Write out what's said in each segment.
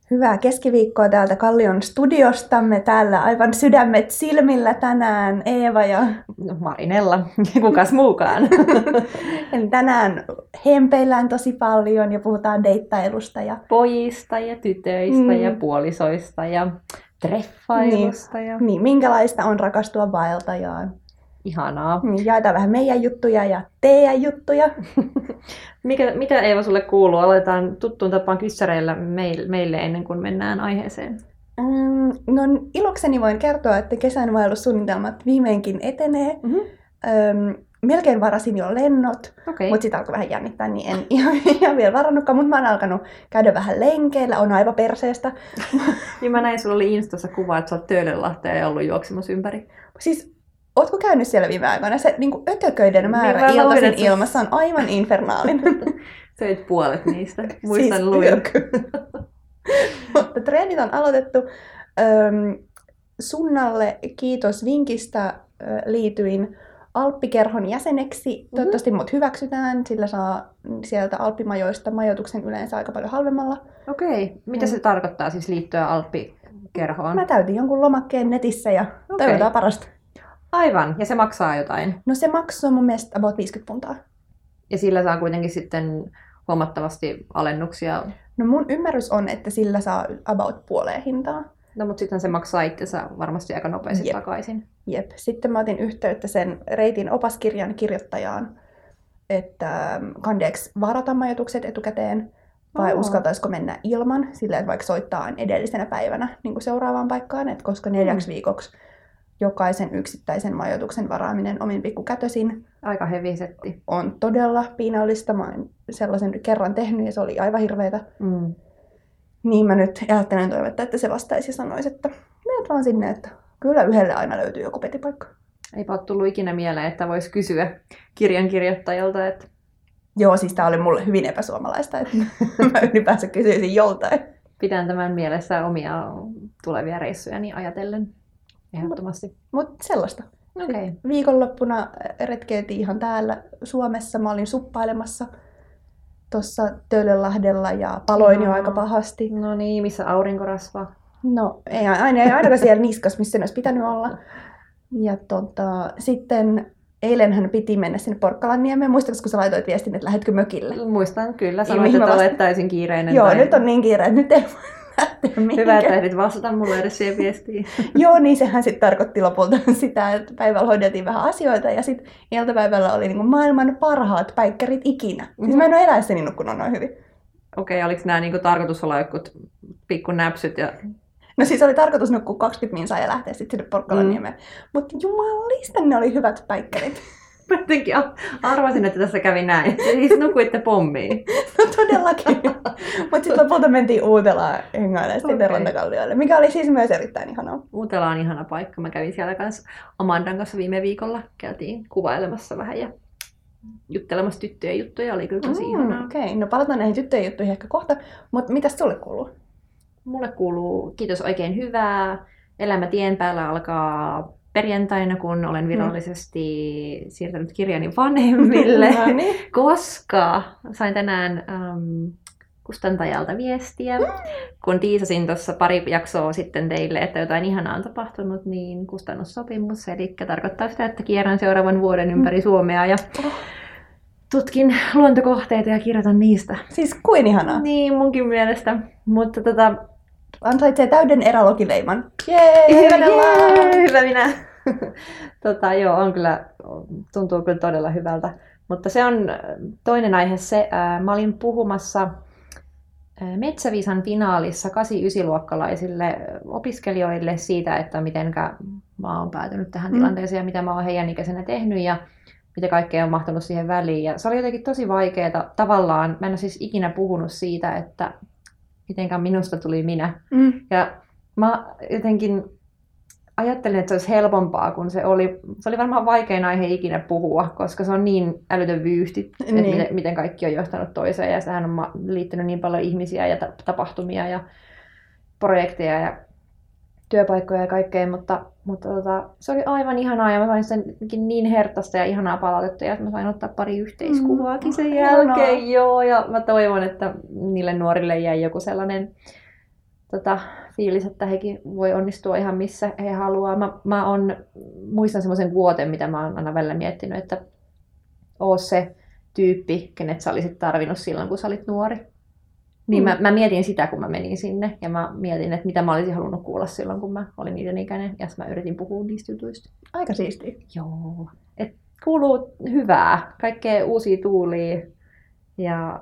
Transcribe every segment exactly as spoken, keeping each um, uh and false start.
Hyvää keskiviikkoa täältä Kallion studiostamme. Täällä aivan sydämet silmillä tänään Eeva ja Marinella, kukas muukaan. Eli tänään hempeillään tosi paljon ja puhutaan deittailusta. Ja pojista ja tytöistä mm. ja puolisoista ja treffailusta. Niin, ja... niin, minkälaista on rakastua vaeltajaan. Ihanaa. Niin, jaetaan vähän meidän juttuja ja teidän juttuja. Mikä, mitä Eeva sulle kuuluu? Aloitetaan tuttuun tapaan kyssäreillä meille ennen kuin mennään aiheeseen. Mm, no ilokseni voin kertoa, että kesän vaellussuunnitelmat viimeinkin etenee. Mm-hmm. Öm, melkein varasin jo lennot, okay. Mutta sitä alkoi vähän jännittää, niin en ihan, ihan vielä varannutkaan. Mutta mä oon alkanut käydä vähän lenkeillä, on aivan perseestä. Niin mä näin, sulla oli Instassa kuva, että sä oot Töölönlahteen ja ollut juoksemassa ympäri. Siis ootko käynyt siellä viime aikoina? Se niin kuin ötököiden määrä niin iltaisin luin, ilmassa on aivan infernaalinen. Söit puolet niistä. Muistan siis luin. Mutta treenit on aloitettu. Öm, Sunnalle kiitos vinkistä. Liityin Alppikerhon jäseneksi. Mm-hmm. Toivottavasti mut hyväksytään. Sillä saa sieltä Alppimajoista majoituksen yleensä aika paljon halvemmalla. Okei. Okay. Mitä mm. se tarkoittaa siis liittyä Alppikerhoon? Mä täytin jonkun lomakkeen netissä ja okay. Toivotaan parasta. Aivan. Ja se maksaa jotain? No se maksaa mun mielestä about viisikymmentä puntaa. Ja sillä saa kuitenkin sitten huomattavasti alennuksia? No mun ymmärrys on, että sillä saa about puoleen hintaa. No mutta sitten se maksaa itsensä varmasti aika nopeasti Jep. takaisin. Jep. Sitten mä otin yhteyttä sen reitin opaskirjan kirjoittajaan, että kandeeksi varata majoitukset etukäteen vai Oho. uskaltaisiko mennä ilman, sillä että vaikka soittaa edellisenä päivänä niin kuin seuraavaan paikkaan, että koska neljäksi mm. viikoksi jokaisen yksittäisen majoituksen varaaminen omin pikkukätösin. Aika hevisetti. On todella piinallista. Mä oon sellaisen kerran tehnyt ja se oli aivan hirveetä. Mm. Niin mä nyt ajattelen toivetta, että se vastaisi ja sanoisi, että menet vaan sinne, että kyllä yhdelle aina löytyy joku petipaikka. Eipä ole tullut ikinä mieleen, että voisi kysyä kirjan kirjoittajalta, että... Joo, siis tää oli mulle hyvin epäsuomalaista, että mä ylipäänsä kysyisin joltain. Pidän tämän mielessä omia tulevia reissujani ajatellen. Ehdottomasti. Mutta mut sellaista. Okay. Viikonloppuna retkeiltiin ihan täällä Suomessa. Mä olin suppailemassa tuossa Töölönlahdella ja paloin no. jo aika pahasti. No niin, missä aurinko rasvaa? No ei, aina, ei ainakaan siellä niskas, missä ne olisi pitänyt olla. Ja tota, sitten eilenhän piti mennä sinne Porkkalanniemeen. Muistatko, kun sä laitoit viestin, että lähdetkö mökille? Muistan, kyllä. Sanoit, että olet täysin kiireinen. Joo, tai... nyt on niin kiire, että nyt ei hyvä, että ehdit vastata mulle edes siihen viestiin. Joo, niin sehän sitten tarkoitti lopulta sitä, että päivällä hoideltiin vähän asioita ja sitten iltapäivällä oli niinku maailman parhaat päikkärit ikinä. Mm-hmm. Siis mä en ole eläessäni nukkunut noin hyvin. Okei, okay, oliko nämä niinku tarkoitus olla jotkut pikku näpsyt? Ja... No siis oli tarkoitus nukkua kaksikymmentä minsaa ja lähteä sitten sinne Porkkalanniemeen. Mm. Mutta jumalista ne oli hyvät päikkärit. Mä jotenkin arvasin, että tässä kävi näin. Siis nukuitte pommiin. No todellakin. Mutta sitten lopulta mentiin Uutelaan hengailemaan sitten okay. Rantakallioille, mikä oli siis myös erittäin ihanaa. Uutela on ihana paikka. Mä kävin siellä kanssa Amandan kanssa viime viikolla. Käytiin kuvailemassa vähän ja juttelemassa tyttöjen juttuja. Oli kyllä tosi mm, ihanaa. Okei, okay. No palataan näihin tyttöjen juttuihin ehkä kohta. Mutta mitäs sulle kuuluu? Mulle kuuluu kiitos oikein hyvää. Elämä tien päällä alkaa perjantaina, kun olen virallisesti mm. siirtänyt kirjani vanhemmille, no niin. koska sain tänään ähm, kustantajalta viestiä. Mm. Kun tiisasin tuossa pari jaksoa sitten teille, että jotain ihanaa on tapahtunut, niin kustannussopimus. Eli tarkoittaa sitä, että kierrän seuraavan vuoden ympäri mm. Suomea ja tutkin luontokohteita ja kirjoitan niistä. Siis kuin ihanaa. Niin, munkin mielestä. Mutta tota... ansaitsee täyden erälokileiman. Jee, jee, hyvä minä. tota, joo, on kyllä, tuntuu kyllä todella hyvältä. Mutta se on toinen aihe se. Ää, mä olin puhumassa ää, Metsäviisan finaalissa kasi-ysiluokkalaisille opiskelijoille siitä, että mitenkä mä oon päätynyt tähän mm. tilanteeseen ja mitä mä oon heidän ikäisenä tehnyt ja mitä kaikkea on mahtunut siihen väliin. Ja se oli jotenkin tosi vaikeaa tavallaan. Mä en ole siis ikinä puhunut siitä, että mitenkään minusta tuli minä. Mm. Ja mä jotenkin ajattelin, että se olisi helpompaa, kun se oli, se oli varmaan vaikein aihe ikinä puhua, koska se on niin älytön vyyhti, niin. että miten, miten kaikki on johtanut toiseen. Ja tähän on liittynyt niin paljon ihmisiä ja tapahtumia ja projekteja ja työpaikkoja ja kaikkea, mutta, mutta tota, se oli aivan ihanaa ja mä sain sen niin hertaista ja ihanaa palautetta ja mä sain ottaa pari yhteiskuvaakin sen jälkeen. Joo, ja mä toivon, että niille nuorille jäi joku sellainen tota, fiilis, että hekin voi onnistua ihan missä he haluaa. Mä, mä on, muistan semmoisen vuoten, mitä mä oon aina välillä miettinyt, että oo se tyyppi, kenet sä olisit tarvinnut silloin, kun sä olit nuori. Niin mm. mä, mä mietin sitä, kun mä menin sinne, ja mä mietin, että mitä mä olisin halunnut kuulla silloin, kun mä olin niiden ikäinen, ja mä yritin puhua niistä jutuista. Aika siistiä. Joo. Et kuuluu hyvää, kaikkea uusia tuulia ja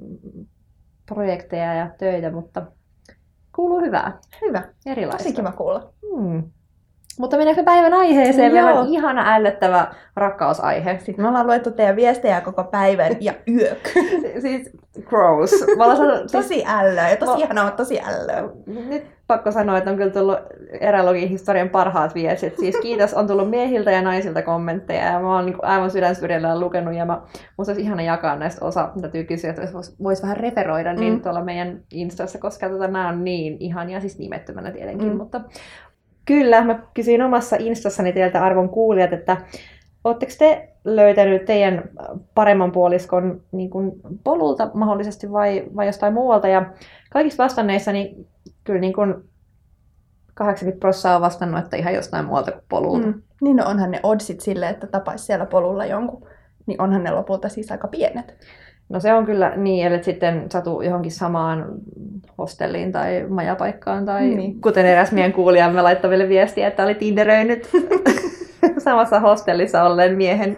projekteja ja töitä, mutta kuuluu hyvää. Hyvä. Erilaista. Tosi kiva kuulla. Hmm. Mutta mennäänkö päivän aiheeseen? Joo. Meillä on ihana ällöttävä rakkausaihe. Sitten me ollaan luettu teidän viestejä koko päivän ja yök. Siis gross. Mä olen sanonut, siis, Tosi ällöä ja tosi mä- ihanaa, mutta tosi ällöä. nyt pakko sanoa, että on kyllä tullut erälogin historian parhaat viestit. Siis kiitos, on tullut miehiltä ja naisilta kommentteja ja mä oon niin aivan sydänsyrjällään lukenut ja mä, musta olisi ihana jakaa näistä osa. Täytyy kysyä, että vois, vois vähän referoida niin Mm. tuolla meidän Instassa, koska tota, nämä on niin ihania, siis nimettömänä tietenkin. Mm. Mutta kyllä, mä kysyin omassa Instassani teiltä arvon kuulijat, että ootteko te löytänyt teidän paremman puoliskon niin kuin polulta mahdollisesti vai, vai jostain muualta? Ja kaikista vastanneissa niin kyllä niin kuin kahdeksankymmentä prosenttia on vastannut, että ihan jostain muualta kuin polulta. Mm. Mm. Niin no onhan ne oddsit silleen, että tapaisi siellä polulla jonkun, niin onhan ne lopulta siis aika pienet. No se on kyllä niin, eli sitten satu johonkin samaan hostelliin tai majapaikkaan. Tai Niin. kuten eräs meidän kuulijamme laittoi meille viestiä, että oli tinderöinyt samassa hostellissa olleen miehen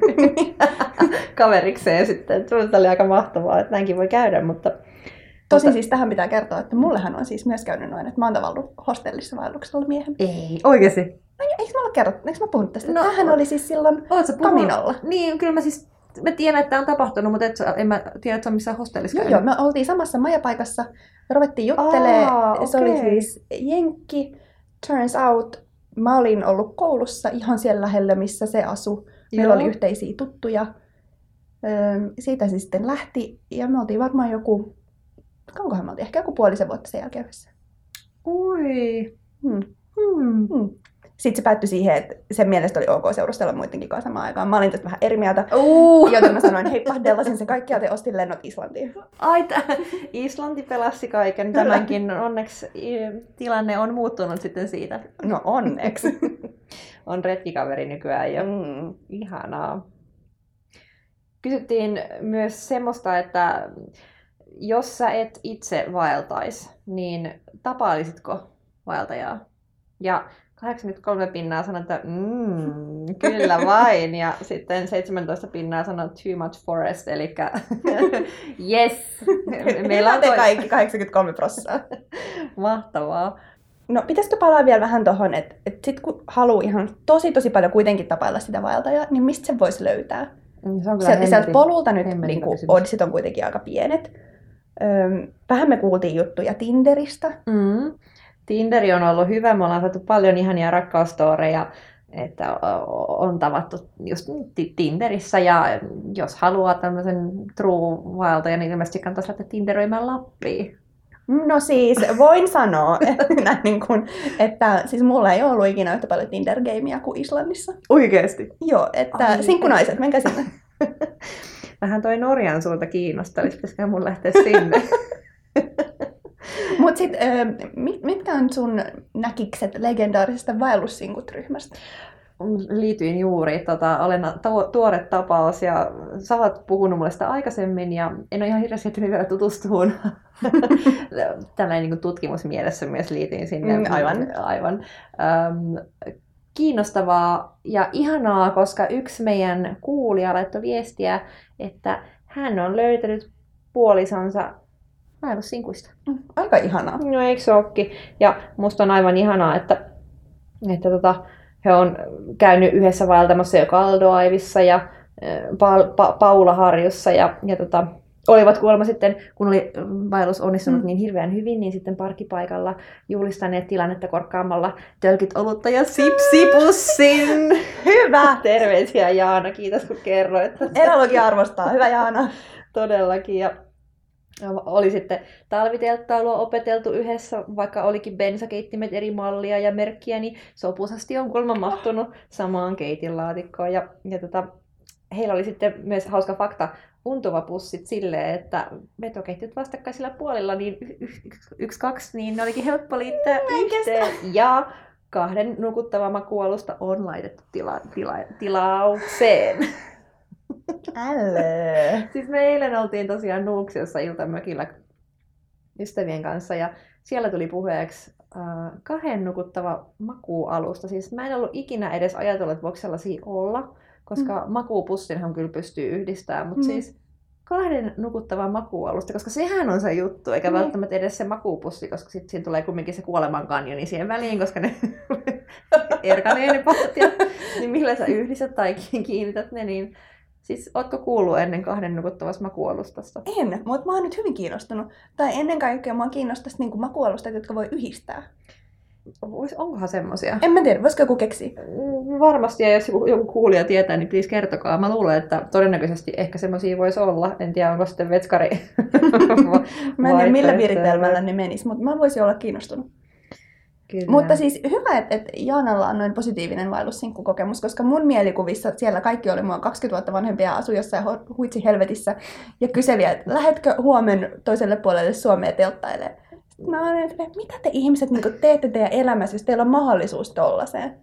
kaverikseen sitten. Se oli aika mahtavaa, että näinkin voi käydä, mutta Tosin mutta- siis tähän pitää kertoa, että mullehan on siis myös käynyt noin, että mä oon tavannut hostellissa vaelluksella miehen. Ei, oikeesti. No, eikö mä ole kerrottu, eikö mä puhunut tästä? No, No, tämähän oli siis silloin Oot sä puhunut? Kaminolla. Niin, kyllä mä siis, mä tiedän, että on tapahtunut, mutta et, sä- en mä tiedä, että se on missään hostellissa Joo, käynyt. joo, me oltiin samassa majapaikassa, me ruvettiin juttelemaan. Aa, Se oli okei. siis jenkki. Turns out, mä olin ollut koulussa ihan siellä lähellä, missä se asui. Meillä Joo. oli yhteisiä tuttuja. Öö, siitä se sitten lähti ja me oltiin varmaan joku, kauankohan me oltiin, ehkä joku puolisen vuotta sen jälkeen yhdessä. Oi. Hmm. Hmm. Hmm. Sitten se päättyi siihen, että sen mielestä oli ok seurustella muidenkin kanssa samaan aikaan. Mä olin tästä vähän eri mieltä, Uh. joten mä sanoin, hei pahdellasin sen kaikkialta ja ostin lennot Islantiin. Ai, t- Islanti pelasti kaiken. Tämänkin onneksi i- tilanne on muuttunut sitten siitä. No onneksi. On retkikaveri nykyään jo. Mm. Ihanaa. Kysyttiin myös semmoista, että jos sä et itse vaeltais, niin tapailisitko vaeltajaa? Ja kahdeksankymmentäkolme pinnaa sanoi, että mm, kyllä vain. Ja sitten seitsemäntoista pinnaa sanoi too much forest, eli yes. Meillä on te toi- kaikki kahdeksankymmentäkolme prosenttia. Mahtavaa. No pitäisikö palaa vielä vähän tohon, että et sit kun haluaa ihan tosi tosi paljon kuitenkin tapailla sitä vaeltajaa, niin mistä sen voisi löytää? Mm, Se on kyllä Sieltä, sieltä hemmetin- polulta nyt hemmetin niin kysymys. oddsit on kuitenkin aika pienet. Öm, vähän me kuultiin juttuja Tinderistä. Mm. Tinderi on ollut hyvä, me ollaan saatu paljon ihania rakkaustoreja, että on tavattu just Ti- Tinderissä ja jos haluaa tämmöisen true-vaeltajan, niin ilmeisesti kannattaisi lähteä tinderöimään Lappiin. No siis voin sanoa, että, niin kun, että siis mulla ei ollut ikinä yhtä paljon Tinder-gameja kuin Islannissa. Oikeesti? Joo, että Ai, sinkkunaiset, menkää sinne. Vähän toi Norjan suunta kiinnostaisi, pitäisikö mun lähteä sinne? Mutta sitten, mitkä on sun näkikset legendaarisesta vaellussinkut-ryhmästä? Liityin juuri, tota, olen tu- tuore tapaus ja sä oot puhunut mulle sitä aikaisemmin ja en ole ihan hirveästi ehtinyt vielä tutustumaan. Tällainen niin tutkimusmielessä myös liityin sinne. Mm, aivan. aivan. Ähm, kiinnostavaa ja ihanaa, koska yksi meidän kuulija laittoi viestiä, että hän on löytänyt puolisonsa vaellussinkuista. Aika ihanaa. No eikö se ookin? Ja musta on aivan ihanaa, että, että tota, he on käynyt yhdessä vaeltamassa jo Kaldoaivissa ja pa- pa- Paulaharjussa ja, ja tota, olivat kuulemma sitten, kun oli vaellus onnistunut Mm. niin hirveän hyvin, niin sitten parkkipaikalla julistaneet tilannetta korkkaamalla tölkit olutta ja sipsipussin. Hyvä! Terveisiä Jaana, kiitos kun kerroit. Erologi arvostaa. Hyvä Jaana. Todellakin. Ja oli sitten talvitelttailua opeteltu yhdessä, vaikka olikin bensakeittimet eri mallia ja merkkiä, niin sopusasti on kuulemma mahtunut samaan keitinlaatikkoon. Ja, ja tota, heillä oli sitten myös hauska fakta untuva pussit silleen, että vetoketjut vastakkaisilla puolilla, niin y- y- yksi, kaksi, niin ne olikin helppo liittää yhteen. Ja kahden nukuttava makuualusta on laitettu tila- tila- tilaukseen. Älä. Siis me eilen oltiin tosiaan Nuuksiossa iltamökillä ystävien kanssa ja siellä tuli puheeksi äh, kahden nukuttava makuualusta. Siis mä en ollut ikinä edes ajatellut, että voiko sellaisia olla, koska mm. makuupussinhan kyllä pystyy yhdistämään, mutta mm. siis kahden nukuttavan makuualusta, koska sehän on se juttu, eikä mm. välttämättä edes se makuupussi, koska sitten siinä tulee kumminkin se kuoleman kanjoni siihen väliin, koska ne erkanee ne pahat, ja niin millä sä yhdistät tai kiinnität ne, niin siis ootko kuullut ennen kahden nukuttavassa makuualustasta? En, mutta mä oon nyt hyvin kiinnostunut. Tai ennen kaikkea mua kiinnostaisi niinku makuualustat, jotka voi yhdistää. Vois, onkohan semmosia? En mä tiedä, voisiko joku keksiä? Varmasti, ja jos joku, joku kuulija tietää, niin please kertokaa. Mä luulen, että todennäköisesti ehkä semmosia voisi olla. En tiedä, onko sitten vetskari. Mä en tiedä, millä viritelmällä ne menis, mutta mä voisin olla kiinnostunut. Kyllä. Mutta siis hyvä, että, että Jaanalla on noin positiivinen vaellussinkkukokemus, koska mun mielikuvissa siellä kaikki oli mua kaksikymmentä vuotta vanhempia ja asui jossain huitsi helvetissä ja kyseli, että lähetkö huomenna toiselle puolelle Suomea telttailemaan. Mä olen, että mitä te ihmiset niin teette teidän elämässä, jos teillä on mahdollisuus tollaiseen?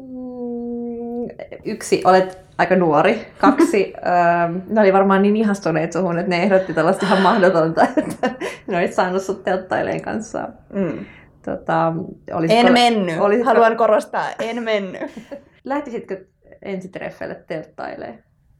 Yksi, olet aika nuori. Kaksi, ähm, ne oli varmaan niin ihastuneet suhun, että ne ehdotti tällaista ihan mahdotonta, että ne olisi saanut sut telttaileen kanssa. Mm. Tota, en mennyt. Olisitko... Haluan korostaa, en mennyt. Lähtisitkö ensitreffeille telttailemaan?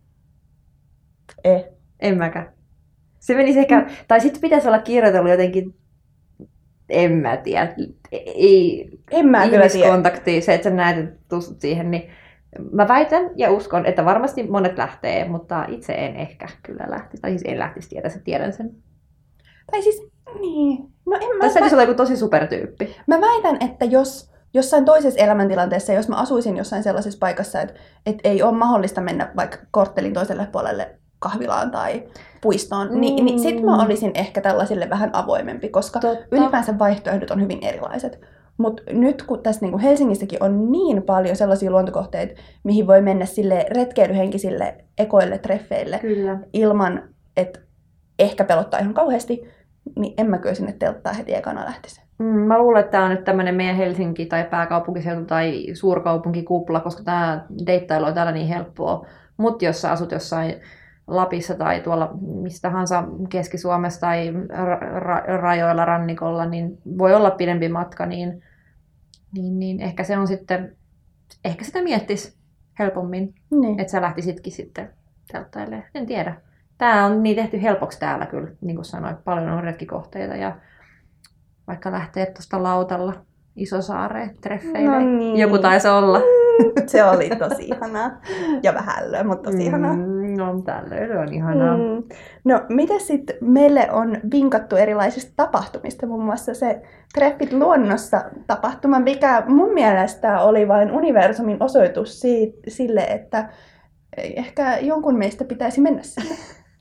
Eh. En mäkään. Se menisi ehkä, mm. tai sitten pitäisi olla kirjoitellut jotenkin, en mä tiedä, ei en mä ihmiskontaktia, se, että sä näet, että tustut siihen, niin mä väitän ja uskon, että varmasti monet lähtee, mutta itse en ehkä kyllä lähtisi, tai siis en lähtisi, tiedä, tiedän sen. Tai siis, niin, no en mä... Tai sä olla joku tosi supertyyppi. Mä väitän, että jos jossain toisessa elämäntilanteessa, jos mä asuisin jossain sellaisessa paikassa, että, että ei ole mahdollista mennä vaikka korttelin toiselle puolelle kahvilaan tai puistoon, mm. niin, niin sit mä olisin ehkä tällaisille vähän avoimempi, koska Totta. ylipäänsä vaihtoehdot on hyvin erilaiset. Mutta nyt kun tässä niinku Helsingissäkin on niin paljon sellaisia luontokohteita, mihin voi mennä sille retkeilyhenkisille ekoille treffeille Kyllä. ilman, että ehkä pelottaa ihan kauheasti, niin en mä kyllä sinne telttaa heti ekana lähtisi. Mm, mä luulen, että tämä on nyt tämmöinen meidän Helsinki tai pääkaupunkiseutu tai suurkaupunkikupla, koska tämä deittailu on täällä niin helppoa. Mutta jos sä asut jossain Lapissa tai tuolla mistä tahansa Keski-Suomessa tai ra- ra- rajoilla rannikolla, niin voi olla pidempi matka, niin, niin, niin ehkä se on sitten, ehkä sitä miettisi helpommin, niin. Että sä lähtisitkin sitten telttailemaan. En tiedä. Tää on niin tehty helpoksi täällä kyllä, niin kuin sanoit, paljon on retkikohteita ja vaikka lähtee tuosta lautalla Isosaareen treffeille. No niin. Joku taisi olla. Se oli tosi ihanaa. Ja vähän ällöä, mutta tosi ihanaa. Mm, no, tällöin on ihanaa. Mm. No, mitä sitten meille on vinkattu erilaisista tapahtumista? Muun muassa se Treffit luonnossa tapahtuma, mikä mun mielestä oli vain universumin osoitus siitä, sille, että ehkä jonkun meistä pitäisi mennä sinne.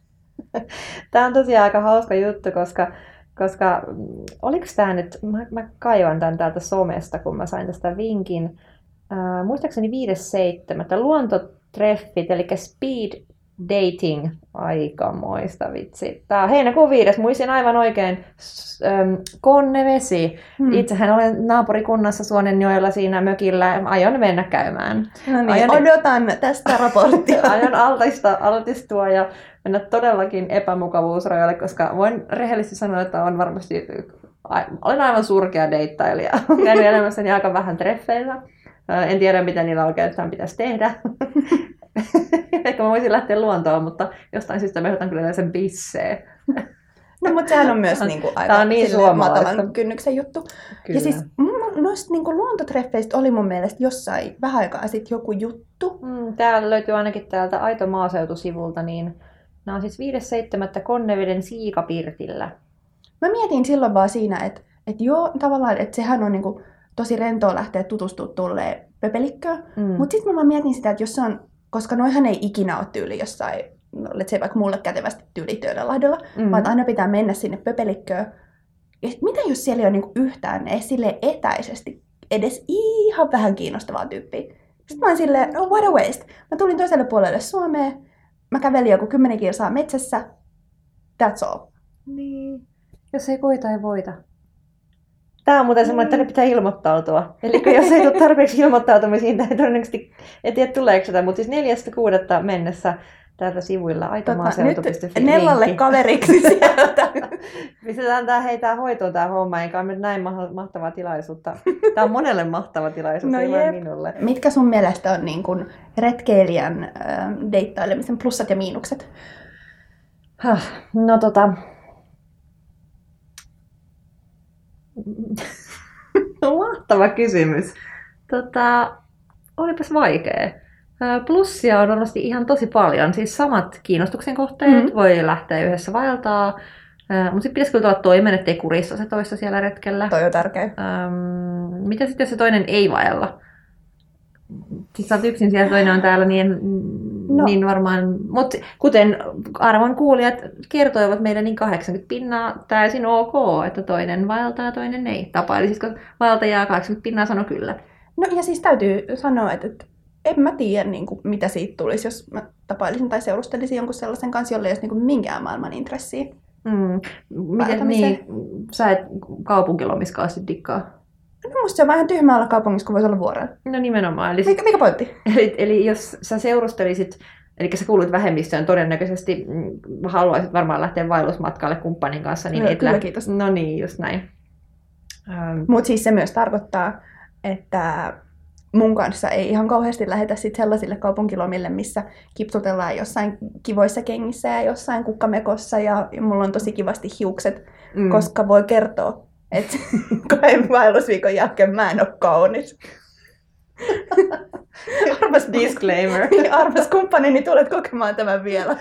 Tämä on tosiaan aika hauska juttu, koska Koska oliko tämä nyt, mä, mä kaivan tämän täältä somesta, kun mä sain tästä vinkin. Äh, muistaakseni viides seitsemättä luontotreffit, eli speed dating, aikamoista vitsi. Tämä on heinäkuun viides, muistin aivan oikein, ähm, Konnevesi. Hmm. Itsehän olen naapurikunnassa Suonenjoella siinä mökillä, aion mennä käymään. No niin, aion, odotan tästä raporttia. Aion altista, altistua ja mennä todellakin epämukavuusrajoille, koska voin rehellisesti sanoa, että on varmasti, olen aivan surkea deittailija. Käynyt elämässäni aika vähän treffeillä. En tiedä, mitä niillä oikeastaan pitäisi tehdä. Ehkä mä voisin lähteä luontoon, mutta jostain syystä mä ehdotan kyllä sen bisseen. No, mutta sehän on myös niinku aika on niin matalan kynnyksen juttu. Kyllä. Ja siis noista niinku luontotreffeistä oli mun mielestä jossain vähän aikaa sitten joku juttu. Mm, täällä löytyy ainakin täältä Aito maaseutu-sivulta, niin nämä on siis viides seitsemättä Konneveden Siikapirtillä. Mä mietin silloin vaan siinä, että, että joo, tavallaan, että sehän on niinku tosi rentoa lähteä tutustumaan tulleen pöpelikköön. Mm. Mutta sitten mä vaan mietin sitä, että jos se on, koska noihan ei ikinä ole tyyli jossain, no, let's say vaikka mulle kätevästi tyyli Töölönlahdella, mm. vaan aina pitää mennä sinne pöpelikköön. Ja mitä jos siellä ei ole niinku yhtään edes silleen etäisesti edes ihan vähän kiinnostavaa tyyppiä. Sitten mä oon silleen, no what a waste. Mä tulin toiselle puolelle Suomeen. mä kävelin joku kymmenen kilsaa metsässä, that's all. Niin. Jos ei koita, ei voita. Tää on muuten semmoinen, että tänne pitää ilmoittautua. Eli jos ei tule tarpeeksi ilmoittautumisiin, niin todennäköisesti, en tiedä tuleeko sitä, mutta siis neljästä kuudetta mennessä täältä sivuilla aitomaaseutu piste fi. Nyt Nellalle kaveriksi sieltä. Pistetään tää heitää hoitoon tää homma, enkä ole nyt näin mahtavaa tilaisuutta. Tää on monelle mahtava tilaisuus, no ei vain minulle. Mitkä sun mielestä on niin kuin retkeilijän äh, deittailemisen plussat ja miinukset? No tota... Mahtava kysymys. Tota, olipas vaikea. Plussia on varmasti ihan tosi paljon. Siis samat kiinnostuksen kohteet, mm-hmm. voi lähteä yhdessä vaeltaa. Mutta sitten pitäisi kyllä olla toimen, ettei kurissa se toista siellä retkellä. Toi on tärkeä. Ähm, mitä sitten, jos se toinen ei vaella? Sitten sä oot yksin siellä, toinen on täällä, niin, no. niin varmaan... Mutta kuten arvon kuulijat kertoivat meille, niin kahdeksankymmentä pinnaa täysin ok, että toinen vaeltaa ja toinen ei. Tapailisitko vaeltajaa kahdeksankymmentä pinnaa sanoi kyllä. No ja siis täytyy sanoa, että, että en mä tiedä, niin kuin, mitä siitä tulisi, jos mä tapailisin tai seurustelisin jonkun sellaisen kanssa, jolle ei olisi niin minkään maailman intressiä. Mm. Miten niin? Sä et kaupunkilomiskaasti dikkaa? No musta se on vähän tyhmää olla kaupungissa, kun voisi olla vuorella. No nimenomaan. Eli mikä, mikä pointti? Eli, eli jos sä seurustelisit, eli sä kuulut vähemmistöön, todennäköisesti haluaisit varmaan lähteä vaellusmatkalle kumppanin kanssa. Niin no, et kyllä, lä- kiitos. No niin, just näin. Ähm. Mutta siis se myös tarkoittaa, että mun kanssa ei ihan kauheasti lähetä sit sellaisille kaupunkilomille, missä kipsutellaan jossain kivoissa kengissä ja jossain kukkamekossa ja mulla on tosi kivasti hiukset, mm. koska voi kertoa, että kahden vaellusviikon jälkeen mä en ole kaunis. Arvas disclaimer. Arvas kumppanini, tulet kokemaan tämän vielä.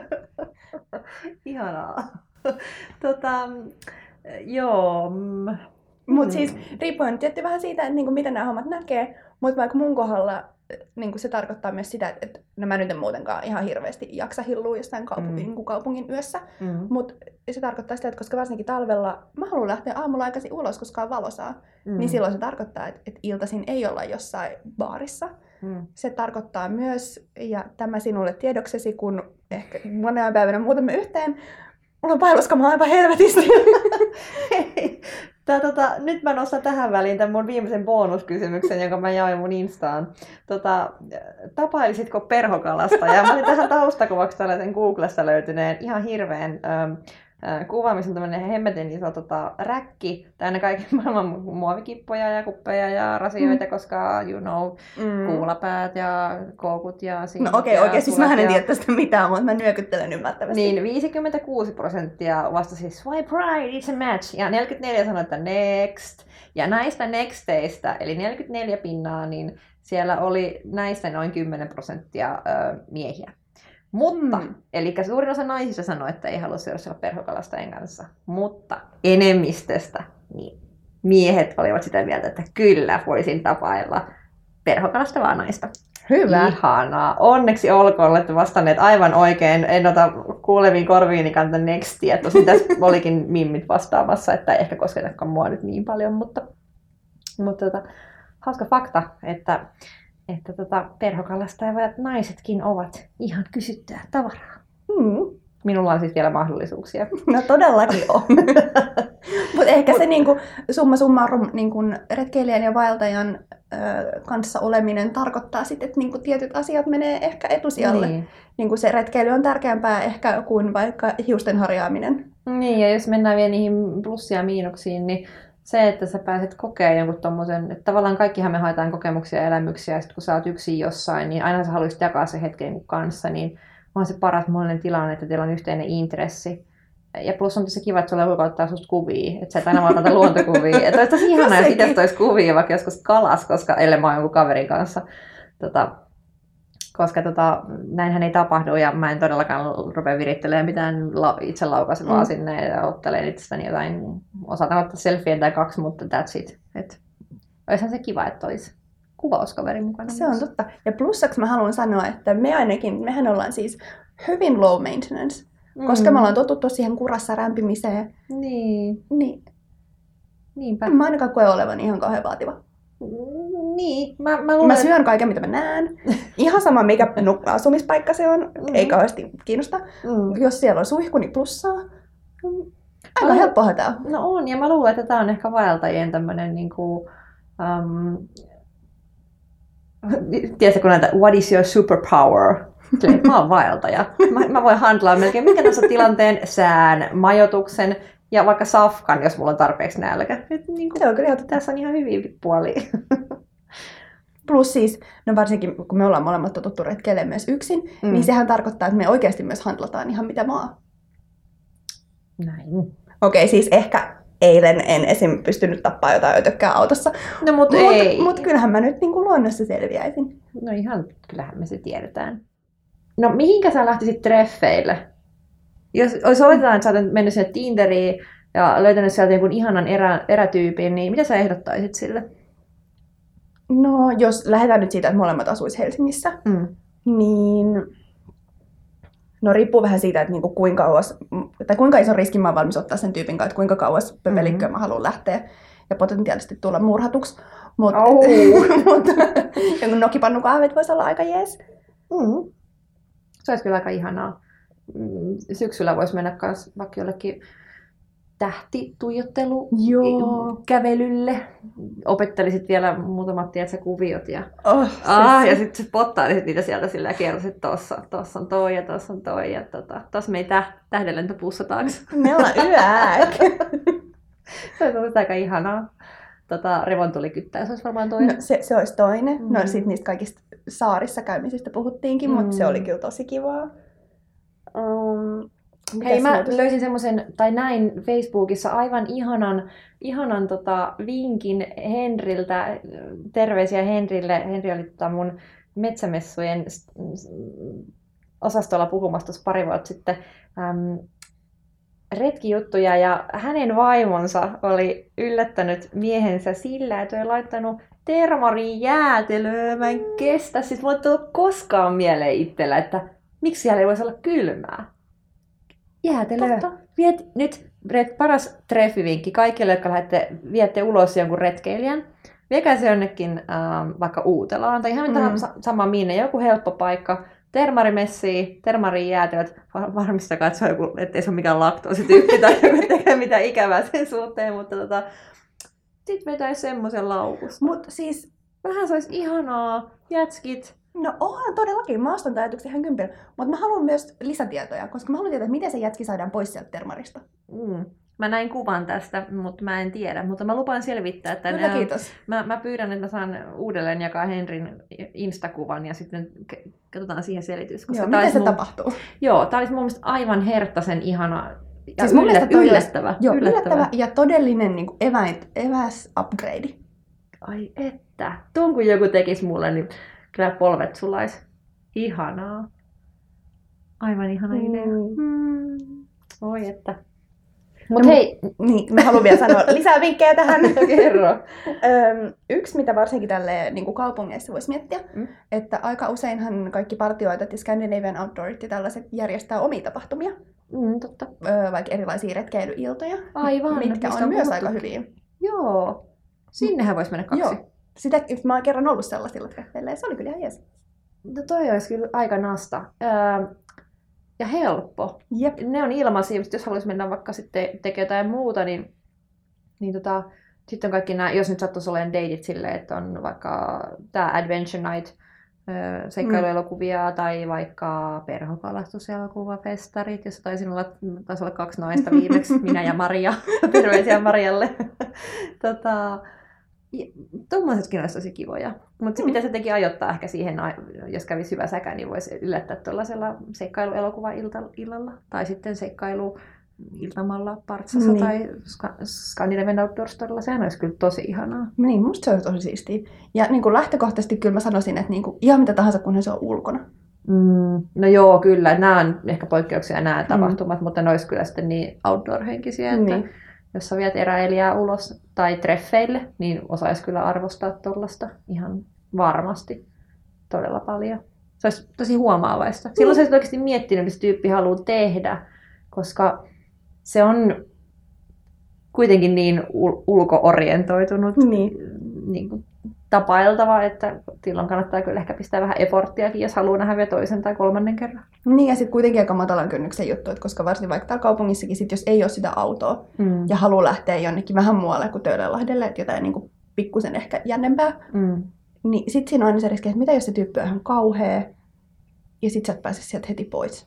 Ihanaa. Tota, joo... Mutta siis riippuen tietty vähän siitä, että niinku, miten nämä hommat näkee, mutta vaikka mun kohdalla niinku, se tarkoittaa myös sitä, että, että no mä nyt en muutenkaan ihan hirveästi jaksa hillua jossain kaupungin, mm. niinku, kaupungin yössä, mm. mutta se tarkoittaa sitä, että koska varsinkin talvella mä haluan lähteä aamulla aikaisin ulos, koska on valosaa, mm. niin silloin se tarkoittaa, että, että iltaisin ei olla jossain baarissa. Mm. Se tarkoittaa myös, ja tämä sinulle tiedoksesi, kun ehkä monena päivänä muutamme yhteen, mulla on vaelluskama aivan helvetisti. Tää, tota, nyt mä nostan tähän väliin tämän mun viimeisen bonuskysymyksen, jonka mä jaoin mun Instaan. Tota, tapailisitko perhokalasta? Ja mä olin tähän taustakuvaksi tällaisen Googlesta löytyneen ihan hirveän ähm, äh, kuva, missä on tämmönen hemmetin iso tota, räkki, täynnä kaiken maailman muovikippoja ja kuppeja ja rasioita, mm. koska you know, mm. kuulapäät ja koukut ja No okei, okay, oikein, siis mä en tiedä tästä mitään, mutta mä nyökyttelen ymmärtävästi. Niin, viisikymmentäkuusi prosenttia vastasi swipe right, it's a match, ja neljäkymmentäneljä sanoi, että next. Ja näistä nexteistä, eli neljäkymmentäneljä pinnaa, niin siellä oli näistä noin kymmenen prosenttia ö, miehiä. Mutta, mm. eli suurin osa naisista sanoi, että ei halua seurustella perhokalastajan kanssa. Mutta enemmistöstä niin miehet olivat sitä mieltä, että kyllä voisin tapailla perhokalastavaa naista. Hyvä. Ihanaa. Onneksi olkoon, olette vastanneet aivan oikein. En ota kuuleviin korviini kanta nextiä. Tosin tässä olikin mimmit vastaamassa, että ei ehkä kosketakaan mua nyt niin paljon. Mutta, mutta tota, hauska fakta, että, että tota, perhokalastajat naisetkin ovat ihan kysyttyä tavaraa. Mm. Minulla on siis vielä mahdollisuuksia. No todellakin on. Mutta ehkä se niinku, summa summarum niinku, retkeilijän ja vaeltajan ö, kanssa oleminen tarkoittaa sitten, että niinku, tietyt asiat menee ehkä etusijalle. Niin. Niinku, se retkeily on tärkeämpää ehkä kuin vaikka hiusten harjaaminen. Niin, ja jos mennään vielä niihin plussia ja miinuksiin, niin se, että sä pääset kokemaan jonkun tommosen, että tavallaan kaikkihan me haetaan kokemuksia ja elämyksiä, ja sit kun sä oot yksin jossain, niin aina sä haluaisit jakaa se hetken kanssa, niin on se paras mahdollinen tilanne, että teillä on yhteinen intressi. Ja plus on tässä kiva, että sulle ulkoittaa susta kuvia, että sä et aina vaan tätä luontokuvia. Että olisi tosi ihanaa, jos itse toisi kuvia vaikka joskus kalas, koska ellei mä oon jonkun kaverin kanssa. Tota, koska tota, näinhän ei tapahdu ja mä en todellakaan rupea virittelemään mitään la- itse laukaisevaa mm. sinne ja ottelen itsestäni jotain. Osataan ottaa selfien tai kaksi, mutta that's it. Et, olisihan se kiva, että olisi kuvauskaveri mukana. Se on totta. Ja plussaksi mä haluan sanoa, että me ainakin, mehän ollaan siis hyvin low maintenance, mm. koska me ollaan totuttu siihen kurassa rämpimiseen. Niin. Niin. Niinpä. En mä ainakaan koe olevan ihan kauhean vaativa. Niin, mä, mä luulen... Mä syön kaiken, mitä mä näen. Ihan sama, mikä nuk- asumispaikka se on. Mm. Ei kauheasti kiinnosta. Mm. Jos siellä on suihku, niin plussaa. Aika helppoa tää. No on, ja mä luulen, että tää on ehkä vaeltajien tämmönen niinku... Um, tiedätkö, kun näitä what is your superpower? Mä oon vaeltaja. Mä, mä voin handlaa melkein minkä tahansa tilanteen, sään, majoituksen ja vaikka safkan, jos mulla on tarpeeksi nälkä. Et, niin kuin, se on kyllä, tässä on ihan hyviä puolia. Plus siis, no varsinkin kun me ollaan molemmat totuttu retkeilemään myös yksin, mm. niin sehän tarkoittaa, että me oikeasti myös handlataan ihan mitä vaan. Näin. Okei, siis ehkä eilen en esim. Pystynyt tappaa jotain ötökkää autossa. No mut, mut ei. Mut kyllähän mä nyt niin kuin luonnossa selviäisin. No ihan, kyllähän me se tiedetään. No mihinkä sä lähtisit treffeille? Jos, jos oletetaan, että sä olet mennyt sinne Tinderiin ja löytänyt sieltä jonkun ihanan erä, erätyypin, niin mitä sä ehdottaisit sille? No jos lähdetään nyt siitä, että molemmat asuis Helsingissä, mm. niin no riippuu vähän siitä, että niinku kuinka kauas, tai kuinka iso riski mä oon valmis ottaa sen tyypin kanssa, että kuinka kauas pöpelikköä mm. mä haluan lähteä ja potentiaalisesti tulla murhatuksi. Mut, oh. mutta jonkun nokipannukahvit voisi olla aika jees. Mm. Se olisi kyllä aika ihanaa. Syksyllä voisi mennä kans vaikka jollekin tähtituijottelu kävelylle. Opettelisit vielä muutamat tiedät, kuviot ja, oh, ah, ja sitten spottailisit niitä sieltä sillä ja kertoisit, että tossa, tossa on toi ja tossa on toi ja tota, tossa me ei täh, tähdenlento pussataanko. Me ollaan yääk. Se olisi aika ihanaa. Tota, revontulikyttäjä, se olisi varmaan toinen. No, se, se olisi toinen. Mm. No sitten niistä kaikista saarissa käymisistä puhuttiinkin, mm. mutta se oli kyllä tosi kivaa. Um, Hei, mä muuta? löysin semmoisen, tai näin Facebookissa aivan ihanan, ihanan tota, vinkin Henriltä. Terveisiä Henrille. Henri oli tota, mun metsämessujen osastolla puhumassa tuossa pari vuotta sitten äm, retkijuttuja. Ja hänen vaimonsa oli yllättänyt miehensä sillä, että oli laittanut termariin jäätelöä. Mä en kestä. Siis mulle ei tullut koskaan mieleen itsellä, että miksi siellä ei voisi olla kylmää? Jäätelöä. Viet, nyt paras treffivinkki kaikille, jotka lähdette, viette ulos jonkun retkeilijän. Viekää se jonnekin ähm, vaikka Uutelaan tai ihan mm. sama minne, joku helppo paikka. Termarimessiin, termariin jäätelöt. Varmistakaa, että se on joku, ettei se ole mikään laktoosityyppi tai joku tekee mitään ikävää sen suhteen, mutta tota, sitten vetäisi semmoisen laukusta. Mut siis vähän se olisi ihanaa. Jätskit. No onhan todellakin, mä ostan ajatuksen ihan kympillä, mutta mä haluan myös lisätietoja, koska mä haluan tietää, miten se jätski saadaan pois sieltä termarista. Mm. Mä näin kuvan tästä, mutta mä en tiedä, mutta mä lupaan selvittää. Että Kyllä, kiitos. Mä, mä pyydän, että mä saan uudelleen jakaa Henrin Instakuvan ja sitten katsotaan siihen selitys. Koska joo, miten se mun... tapahtuu? Joo, tää olisi mun mielestä aivan herttaisen ihana ja siis yllä... yllättävä. Joo, yllättävä. yllättävä ja todellinen niin kuin eväit, eväs upgrade. Ai että, tuon kun joku tekisi mulle, niin kyllä polvet sulais. Ihanaa. Aivan ihana mm. idea. Mm. Oi että. Mut no, hei. Niin, mä haluan vielä sanoa lisää vinkkejä tähän. Kerro. Öm, yksi, mitä varsinkin tälle niin kuin kaupungeissa voisi miettiä, mm. että aika useinhan kaikki partioitat ja Scandinavian Outdoorit ja tällaiset järjestää omia tapahtumia. Mm, totta. Öö, vaikka erilaisia retkeilyiltoja. Aivan. Mitkä on, on myös puhuttu. Aika hyviä. Joo. Sinnehän voisi mennä kaksi. Joo. Sitä, mä oon kerran ollut sellaisilla treffeillä ja se oli kyllä ihan jees. No toi olisi kyllä aika nasta. Öö, ja helppo. Jep. Ne on ilmaisia, jos haluaisi mennä vaikka sitten tekemään jotain muuta, niin, niin tota, sitten on kaikki nämä, jos nyt sattuisi olemaan deitit silleen, että on vaikka tämä Adventure Night, öö, seikkailuelokuvia mm. tai vaikka perhokalastusjelokuvafestarit, jossa taisin olla, taisi olla kaksi naista viimeksi, minä ja Maria. Terveisiä Marialle. tota, Tuommoisetkin olisi tosi kivoja. Mutta se pitäisi jotenkin ajoittaa ehkä siihen, jos kävisi hyvä säkä, niin voisi yllättää tuollaisella seikkailuelokuva-illalla. Tai sitten seikkailu-iltamalla Partsassa niin. Tai Scandinavian Outdoor Storella. Sehän olisi kyllä tosi ihanaa. Niin, musta se olisi tosi siistiä. Ja niin kuin lähtökohtaisesti kyllä mä sanoisin, että niin kuin, ihan mitä tahansa, kunhan se on ulkona. Mm, no joo, kyllä. Nämä on ehkä poikkeuksia nämä mm. tapahtumat, mutta ne olisi kyllä sitten niin outdoor-henkisiä, että niin. Jos sä viet eräilijää ulos tai treffeille, niin osaisi kyllä arvostaa tuollaista ihan varmasti todella paljon. Se olisi tosi huomaavaista. Silloin sä olisit oikeasti miettinyt, mitä se tyyppi haluaa tehdä, koska se on kuitenkin niin ul- ulko-orientoitunut niin. Niin kuin tapailtava, että silloin kannattaa kyllä ehkä pistää vähän efforttiakin, jos haluaa nähdä vielä toisen tai kolmannen kerran. Niin, ja sitten kuitenkin aika matalan kynnyksen juttu, että koska varsin vaikka täällä kaupungissakin, sit jos ei ole sitä autoa mm. ja haluaa lähteä jonnekin vähän muualle kuin Töölönlahdelle, että jotain niin kuin pikkusen ehkä jännempää, mm. niin sitten siinä on aina se riski, että mitä jos se tyyppi on ihan kauhea, ja sitten sä et pääse sieltä heti pois.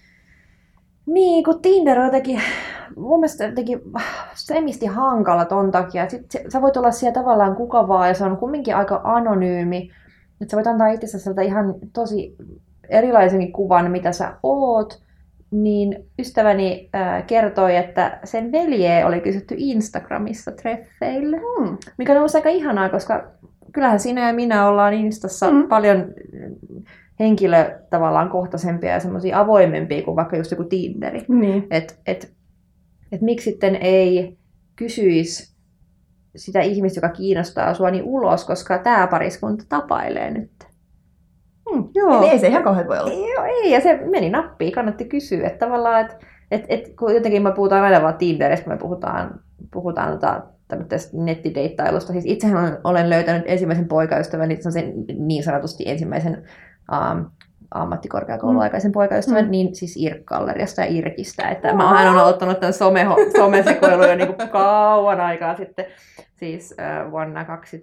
Niin, kun Tinder on jotenkin, mun mielestä jotenkin semisti hankala ton takia. Että sit sä voit olla siellä tavallaan kuka vaan, ja se on kumminkin aika anonyymi. Että sä voit antaa itsesi sieltä ihan tosi erilaisenkin kuvan, mitä sä oot. Niin ystäväni äh, kertoi, että sen veljeä oli kysytty Instagramissa treffeille. Mm. Mikä on ollut aika ihanaa, koska kyllähän sinä ja minä ollaan Instassa mm. paljon henkilö tavallaan kohtaisempia ja semmoisia avoimempia kuin vaikka just joku Tinderi. Niin. Että et, et miksi sitten ei kysyisi sitä ihmistä, joka kiinnostaa sua, niin ulos, koska tämä pariskunta tapailee nyt. Hmm. Joo. Eli ei se ihan kauhean voi olla. Joo, ei, ja se meni nappiin, kannatti kysyä. Että tavallaan, että et, et, kun jotenkin me puhutaan aina vaan Tinderistä, me puhutaan, puhutaan tota, tämmöistä nettideittailusta. Siis itsehän olen löytänyt ensimmäisen poikaystävän, sen niin sanotusti ensimmäisen Um, ammattikorkeakouluaikaisen poikaystävän, mm. niin siis Irk-galleriasta ja Irkistä. Että mä olen aloittanut tämän some- somesekoilun jo niin kuin kauan aikaa sitten, siis äh, vuonna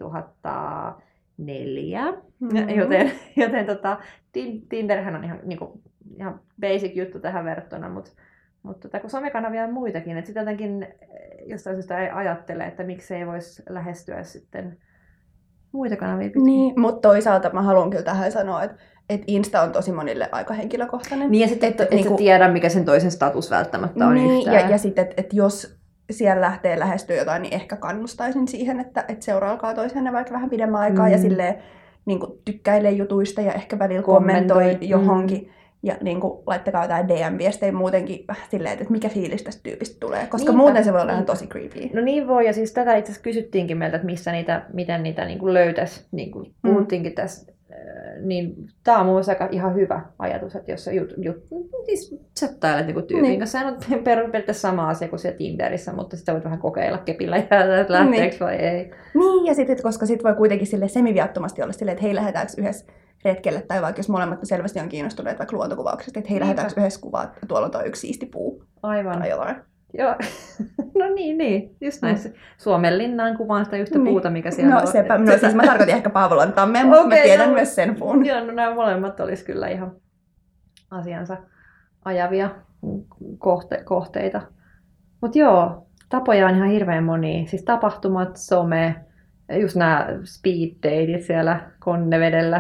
kaksituhattaneljä. Mm. Joten, joten tota, Tinderhän on ihan, niin kuin, ihan basic juttu tähän verrattuna, mutta mut, tota, kun somekanavia on muitakin, että sitä jotenkin jostain syystä ei ajattele, että miksei voisi lähestyä sitten muita kanavia pitkin. Niin, mutta toisaalta mä haluan kyllä tähän sanoa, että et Insta on tosi monille aika henkilökohtainen. Niin, ja sitten et, et, et niinku, tiedä, mikä sen toisen status välttämättä on niin, yhtään. Ja, ja sitten, että et jos siellä lähtee lähestyä jotain, niin ehkä kannustaisin siihen, että et seuraakaa toisianne vaikka vähän pidemmän aikaa mm. ja silleen niin kuin, tykkäilee jutuista ja ehkä välillä kommentoi, kommentoi johonkin. Mm. Ja niin kuin, laittakaa jotain D M-viestejä muutenkin vähän silleen, että mikä fiilis tästä tyypistä tulee. Koska niinpä, muuten se voi olla ihan tosi creepy. No niin voi, ja siis tätä itse asiassa kysyttiinkin meiltä, että missä niitä, miten niitä niin kuin löytäisi. Niin kuin puhuttiinkin mm. tässä. Niin tämä on mun mielestä aika ihan hyvä ajatus, että jos sä jut, jut, siis chattailet niin tyypin niin. kanssa, sehän on periaatteessa sama asia kuin siellä Tinderissä, mutta sitten voit vähän kokeilla kepillä ja että lähteekö niin. vai ei. Niin, ja sitten koska sit voi kuitenkin sille semiviattomasti olla silleen, että hei, lähdetäänkö yhdessä retkelle, tai vaikka jos molemmat selvästi on kiinnostuneet vaikka luontokuvauksesta, että hei, niin. lähdetäänkö yhdessä kuvaa, että tuolla on toi yksi siisti puu. Aivan. Tai jotain. Joo, no niin, niin. Just näin. Mm. Suomenlinnaan kuvaan sitä yhtä niin. puuta, mikä siellä no, on. Sepä, no siis mä tarkoitin ehkä Paavolan tammea, mutta okay, mä tiedän no, myös sen puun. Joo, no nämä molemmat olisi kyllä ihan asiansa ajavia kohte- kohteita. Mutta joo, tapoja on ihan hirveän monia. Siis tapahtumat, some, just nämä speed dateit siellä Konnevedellä.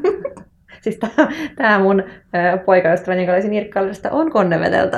Siis tämä mun poikaystäväni, joka olisi Irk-gallerista, on Konnevedeltä.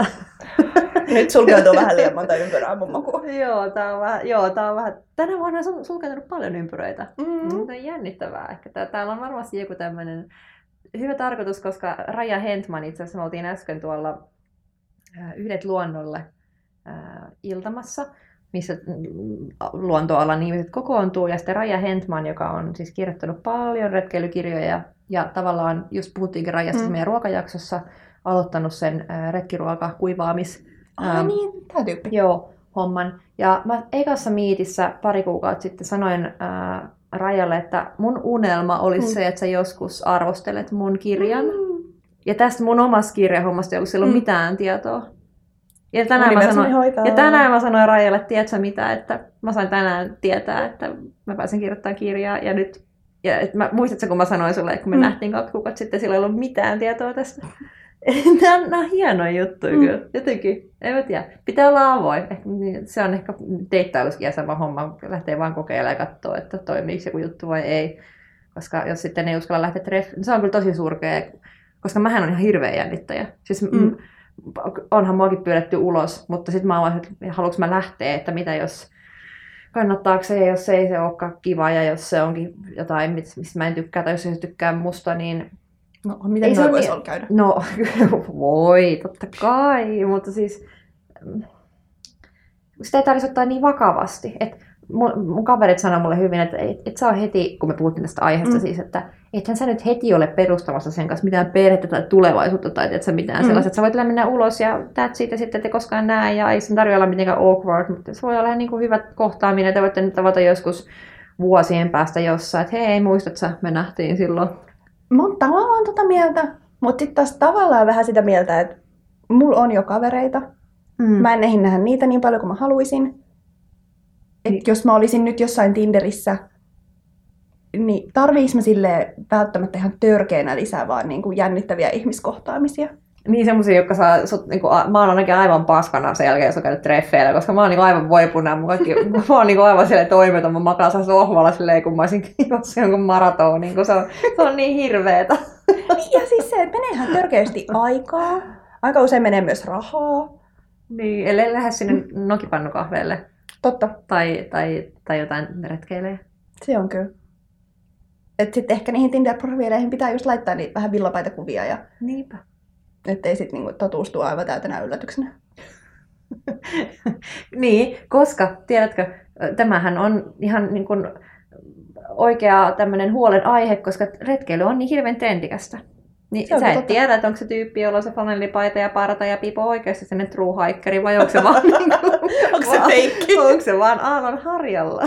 Nyt sulkeutuu vähän liian monta ympyrää mun makuun. Joo, tää on vähän, joo, tää on vähän, tänä vuonna on sulkeutunut paljon ympyröitä. Mm. Tämä on jännittävää. Ehkä tää, täällä on varmasti joku tämmönen hyvä tarkoitus, koska Raija Hentman, itse asiassa me oltiin äsken tuolla Yhdet luonnolle ää, iltamassa, missä luontoalan ihmiset kokoontuu. Ja sitten Raija Hentman, joka on siis kirjoittanut paljon retkeilykirjoja ja tavallaan, just puhuttiinkin Raijasta mm. meidän ruokajaksossa, aloittanut sen ää, retkiruoka kuivaamis Ai ähm, niin, tää tyyppi. Joo, homman. Ja mä ekassa miitissä pari kuukautta sitten sanoin ää, Raijalle, että mun unelma olisi mm. se, että sä joskus arvostelet mun kirjan. Mm. Ja tästä mun omassa kirjahommasta ei ollut silloin mm. mitään tietoa. Ja tänään, mä sanoin, ja tänään mä sanoin Raijalle, että tiedätkö mitä, että mä sain tänään tietää, että mä pääsen kirjoittamaan kirjaa. Ja nyt, ja et mä, muistatko kun mä sanoin sulle, että kun me mm. nähtiin kaksi kuukautta sitten, sillä ei ollut mitään tietoa tästä. Nämä on, nämä on hienoja juttuja mm. kyllä. Jotenkin, en mä tiedä. Pitää olla avoin. Se on ehkä deittailuskin ja sama homma. Lähtee vaan kokeilemaan ja katsoa, että toimiiko joku juttu vai ei. Koska jos sitten ei uskalla lähteä treffiin, se on kyllä tosi surkea. Koska mähän on ihan hirveä jännittäjä. Siis mm. onhan muakin pyydetty ulos, mutta sitten mä oon, että haluanko mä lähteä, että mitä jos kannattaako se, ja jos ei se olekaan kiva, ja jos se onkin jotain, mistä mä en tykkää, tai jos ei se tykkää musta, niin no, miten noin voisi olla käydä? No, voi, totta kai, mutta siis sitä ei tarvitse ottaa niin vakavasti. Et mun, mun kaverit sanoi mulle hyvin, että et, et sä ole heti, kun me puhuttiin tästä aiheesta mm. siis, että ethän sä nyt heti ole perustamassa sen kanssa mitään perhettä tai tulevaisuutta tai et sä mitään mm. sellaista, että sä voit mennä ulos ja täät siitä sitten te koskaan näe ja ei sen tarvitse olla mitenkään awkward, mutta se voi olla ihan niin kuin hyvä kohtaaminen, että voitte nyt tavata joskus vuosien päästä jossain, että hei, muistatko sä, me nähtiin silloin. Mä oon tavallaan tota mieltä, mutta sitten taas tavallaan vähän sitä mieltä, että mulla on jo kavereita. Mm. Mä en ehdi nähdä niitä niin paljon kuin mä haluaisin. Et niin. Jos mä olisin nyt jossain Tinderissä, niin tarviiks mä silleen välttämättä ihan törkeänä lisää vaan niin kuin jännittäviä ihmiskohtaamisia? Niin semmosia, jotka saa sut, niinku, mä oon ainakin aivan paskana sen jälkeen, jos on käynyt treffeillä, koska mä oon niinku aivan voipuna. Mä, kaikki, mä oon niinku aivan silleen toimeton, mä makaan saa sohvalla silleen, kun mä olisin juossa jonkun maratoon. Niin se, on, se on niin hirveetä. Niin, ja siis se, että menee ihan törkeästi aikaa. Aika usein menee myös rahaa. Niin, ellei lähde sinne mm. nokipannukahveelle. Totta. Tai, tai, tai jotain retkeilee. Se on kyllä. Että sitten ehkä niihin Tinder-profiileihin pitää just laittaa niitä vähän villapaita kuvia. Ja... Niinpä. Ettei sitten niinku totuus tuo aivan täytänä yllätyksenä. Niin, koska, tiedätkö, tämähän on ihan niin kuin oikea tämmöinen huolen aihe, koska retkeily on niin hirveän trendikästä. Niin sä et totta. Tiedä, että onko se tyyppi, jolla on se flanellipaita ja parta ja pipo oikeasti sinne true hikeri, vai onko se vaan, niin kuin, onko se feikki? Onko se vaan aallon harjalla?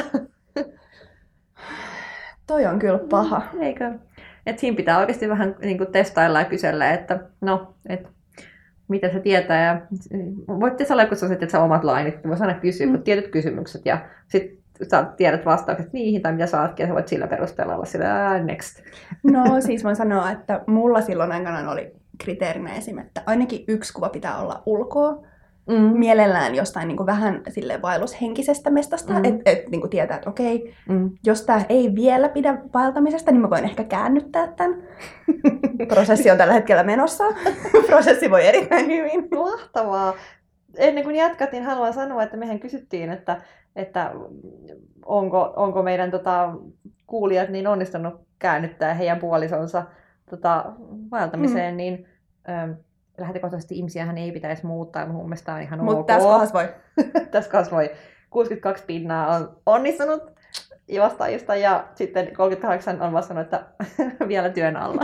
Toi on kyllä paha. Eikö? Että siinä pitää oikeasti vähän niin kuin testailla ja kysellä, että no, et, mitä se tietää. Ja voitte olla joku sellaiset, että sä omat lainit, voisi aina kysyä mm. tietyt kysymykset ja sitten sä tiedät vastaukset niihin tai mitä sä ootkin ja sä voit sillä perusteella olla sillä next. No siis voin sanoa, että mulla silloin aikanaan oli kriteerinä esim. Että ainakin yksi kuva pitää olla ulkoa. Mm. Mielellään jostain niin kuin vähän silleen vaellushenkisestä mestasta, mm. että et, niin kuin tietää, että okei, mm. jos tää ei vielä pidä vaeltamisesta, niin mä voin ehkä käännyttää tämän. Prosessi on tällä hetkellä menossa. Prosessi voi erittäin hyvin. Mahtavaa. Ennen kuin jatkat, niin haluan sanoa, että mehän kysyttiin, että, että onko, onko meidän tota, kuulijat niin onnistunut käännyttää heidän puolisonsa tota, vaeltamiseen, mm. niin... Ähm, lähtökohtaisesti ihmisiähän ei pitäisi muuttaa, mutta mun mielestä on ihan Mut ok. Mutta tässä kohdassa voi. Tässä kohdassa voi. kuusikymmentäkaksi pinnaa on onnistunut vastaajista ja sitten kolmekymmentäkahdeksan on vastannut, että vielä työn alla.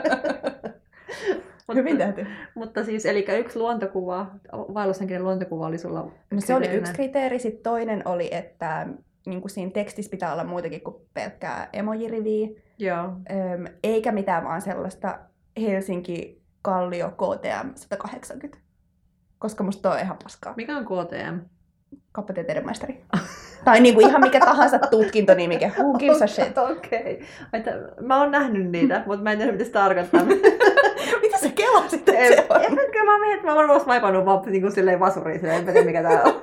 Hyvin tehty. Mutta siis, eli yksi luontokuva, vaellushenkinen luontokuva oli sulla. No se oli yksi kriteeri. Sitten toinen oli, että niin kuin siinä tekstissä pitää olla muutakin kuin pelkkää emojiriviä. Joo. Öm, eikä mitään vaan sellaista Helsinki Kallio K T M sata kahdeksankymmentä. Koska musta toi on ihan paskaa. Mikä on K T M? Kauppatieteiden maisteri. Tai niinku ihan mikä tahansa tutkintonimike. Who gives a shit? Okei. Okay. Mä oon nähnyt niitä, mutta mä en tiedä mitä se tarkoittaa. Mitä sä kelasit, että se on? En mä mietin, että mä oon varmaan vaipannut vaan niin silleen vasuriin. Silleen, en tiedä mikä tää on.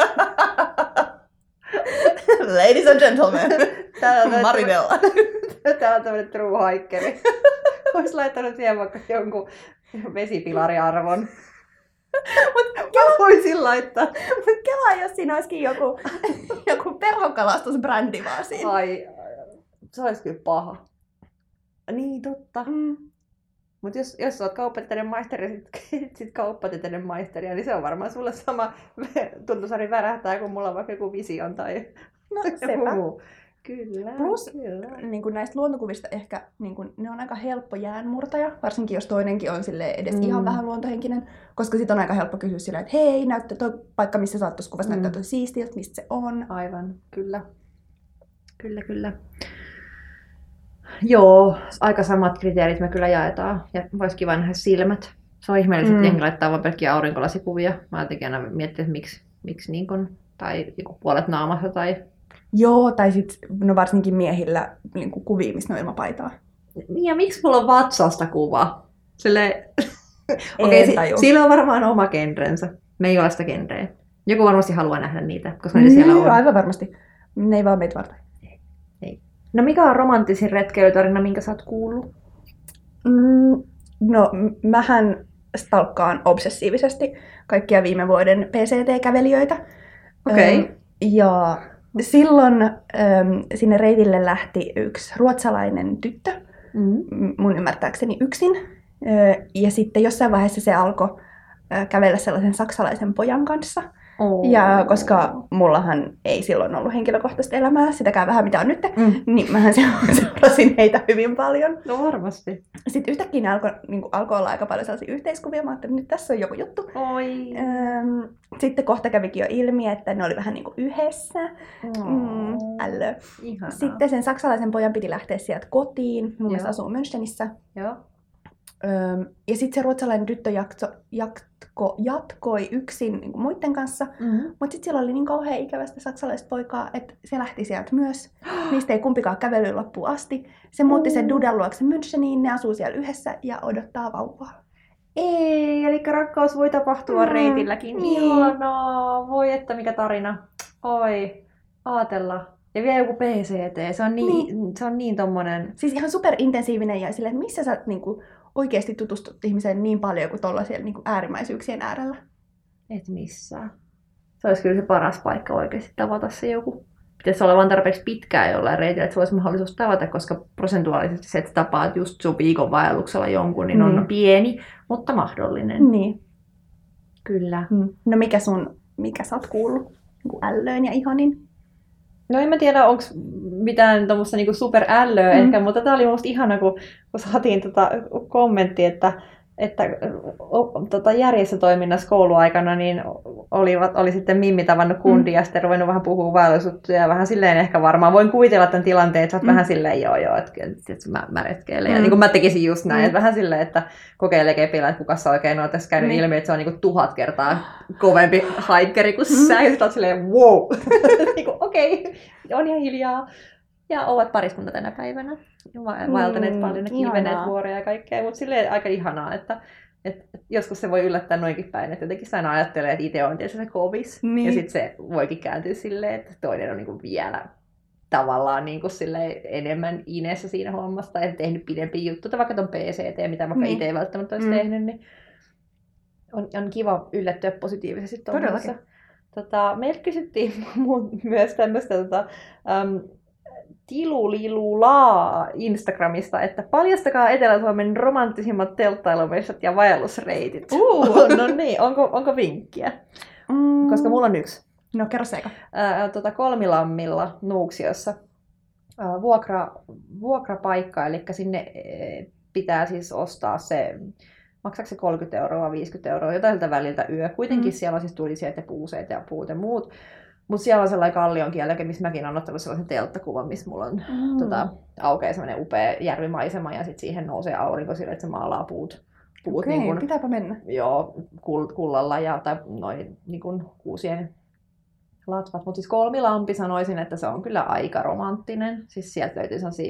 Ladies and gentlemen. Marinella. Tää on tämmönen true hikeri. Ois laittanut siihen vaikka jonkun vesipilariarvon. Mut kela voisin laittaa. Mut kela, jos siinä olisikin joku, joku perhokalastusbrändi vaan siinä. Ai, se olisi kyllä paha. Niin, totta. Mm. Mut jos, jos olet kauppatieteiden maisteri ja sit, sit kauppatieteiden maisteria, niin se on varmaan sulle sama tuntusari värähtää, kun mulla on vaikka joku vision tai no, sepä. muu. Kyllä, plus kyllä. Niin kuin näistä luontokuvista ehkä niin kuin, ne on aika helppo jäänmurtaja, varsinkin jos toinenkin on edes mm. ihan vähän luontohenkinen, koska sit on aika helppo kysyä sillä, että hei, näyttää toi paikka, missä sä oot tuossa kuvassa, mm. näyttää tosi siistiltä, mistä se on. Aivan, kyllä. Kyllä, kyllä. Joo, aika samat kriteerit me kyllä jaetaan ja vois kiva nähdä silmät. Se on ihmeellistä, mm. että jengi laittaa vaan pelkkiä aurinkolasikuvia. Mä jotenkin aina miettiä, että miksi, miksi niin kun, tai joku puolet naamassa tai... Joo, tai sitten no varsinkin miehillä niin kuin kuvia, missä on ilmapaitaa. Ja miksi mulla on vatsasta kuva? Silleen... Okei, okay, si- sillä on varmaan oma genrensä. Me ei ole sitä genreä. Joku varmasti haluaa nähdä niitä, koska niitä siellä on. Aivan varmasti. Ne ei vaan meitä varten. Ei. ei. No mikä on romanttisin retkeilytarina, minkä sä oot kuullut? Mm, no, mähän stalkkaan obsessiivisesti kaikkia viime vuoden P C T-kävelijöitä. Okei. Okay. Ja silloin äm, sinne reitille lähti yksi ruotsalainen tyttö, mm-hmm. mun ymmärtääkseni yksin. Ja sitten jossain vaiheessa se alkoi kävellä sellaisen saksalaisen pojan kanssa. Oh. Ja koska mullahan ei silloin ollut henkilökohtaista elämää, sitäkään vähän mitä on nyt, Mm. niin mähän seurasin heitä hyvin paljon. No varmasti. Sitten yhtäkkiä ne alkoi niin alko olla aika paljon sellaisia yhteiskuvia. Mä ajattelin, että nyt tässä on joku juttu. Oi. Öm, sitten kohta kävikin jo ilmi, että ne oli vähän niin kuin yhdessä. Oh. Mm, ällö. Ihanaa. Sitten sen saksalaisen pojan piti lähteä sieltä kotiin. Mun mielestä asuu Münchenissä. Joo. Öm, ja sitten se ruotsalainen tyttö jatko, jatko, jatkoi yksin niin kuin muiden kanssa. Mm-hmm. Mutta sitten siellä oli niin kauhean ikävästä saksalaista poikaa, että se lähti sieltä myös. Niistä ei kumpikaan kävely loppuun asti. Se muutti sen Dudan luokse Müncheniin, ne asuu siellä yhdessä ja odottaa vauvaa. Ei, eli rakkaus voi tapahtua Mm, reitilläkin. niin. Ihanaa. Voi että mikä tarina. Oi, aatella. Ja vielä joku P C T, se on niin, niin. Se on niin tommonen... Siis ihan superintensiivinen ja silleen, että missä sä niinku oikeasti tutustut ihmiseen niin paljon kuin tuolla siellä niinku äärimmäisyyksien äärellä. Et missään. Se olisi kyllä se paras paikka oikeasti tavata se joku. Pitäisi olla vaan tarpeeksi pitkään jollain reitillä, että se olisi mahdollisuus tavata, koska prosentuaalisesti se, että tapaat just sun viikon vaelluksella jonkun, niin on Mm. pieni, mutta mahdollinen. Niin. Kyllä. Mm. No mikä sun, mikä sä oot kuullut niinku ällöön ja ihanin? No en mä tiedä, onko mitään tommoista niinku superällöä Mm. ehkä, mutta tää oli musta ihana, kun, kun saatiin tota kommentti, että, että o, tota järjestötoiminnassa kouluaikana niin olivat, oli sitten Mimmi tavannut kundi ja sitten ruvennut vähän puhua vaellusjuttuja ja vähän silleen ehkä varmaan. Voin kuvitella tämän tilanteen, että sä oot mm. vähän silleen joo joo, että, että mä, mä retkeilen. Ja Mm. niin kuin mä tekisin just näin, Mm. että vähän silleen, että kokeilee kepillä, että kuka sä oikein oot tässä käynyt Niin. ilmi, että se on niin kuin tuhat kertaa kovempi hikeri kuin Mm. sä. Ja sit oot silleen wow, niin kuin okei, okay. On ihan hiljaa. Ja ovat pariskunta tänä päivänä. Va- vaeltaneet Mm, paljon ja ihanaa. kiivenneet vuoria ja kaikkea. Mutta silleen aika ihanaa, että et joskus se voi yllättää noinkin päin. Että jotenkin aina ajattelee, että itse on tietysti se kovis. Niin. Ja sitten se voikin kääntyä silleen, että toinen on niinku vielä tavallaan niinku silleen enemmän inessä siinä hommassa. Tai tehnyt pidempi juttu, tai vaikka ton P C T, mitä vaikka Niin. itse ei välttämättä olisi Mm. tehnyt. Niin on, on kiva yllättyä positiivisesti tuollaisessa. Todellakin. Tota, meiltä kysyttiin myös tämmöistä tota, um, tilulilulaa Instagramista, että paljastakaa Etelä-Suomen romanttisimmat telttailumessat ja vaellusreitit. Uh. No niin, onko, onko vinkkiä? Mm. Koska mulla on yksi. No kerro seika. Ää, tota Kolmilammilla Nuuksiossa ää, vuokra, vuokrapaikka, eli sinne ee, pitää siis ostaa se, maksaako se kolmekymmentä euroa, viisikymmentä euroa, jotain väliltä yö. Kuitenkin Mm. siellä on siis tulisijat ja puuseet ja puut ja muut. Mutta siellä on sellainen kallion kielke, missä mäkin olen ottanut sellaisen telttakuvan, missä mulla on Mm. tota, aukeaa sellainen upea järvimaisema ja sitten siihen nousee aurinko sille, että se maalaa puut, puut Okei, niin kun, pitääpä mennä. joo, kull, kullalla ja, tai noin niin kun kuusien latvat. Mutta siis Kolmilampi sanoisin, että se on kyllä aika romanttinen. Siis sieltä löytyy sellaisia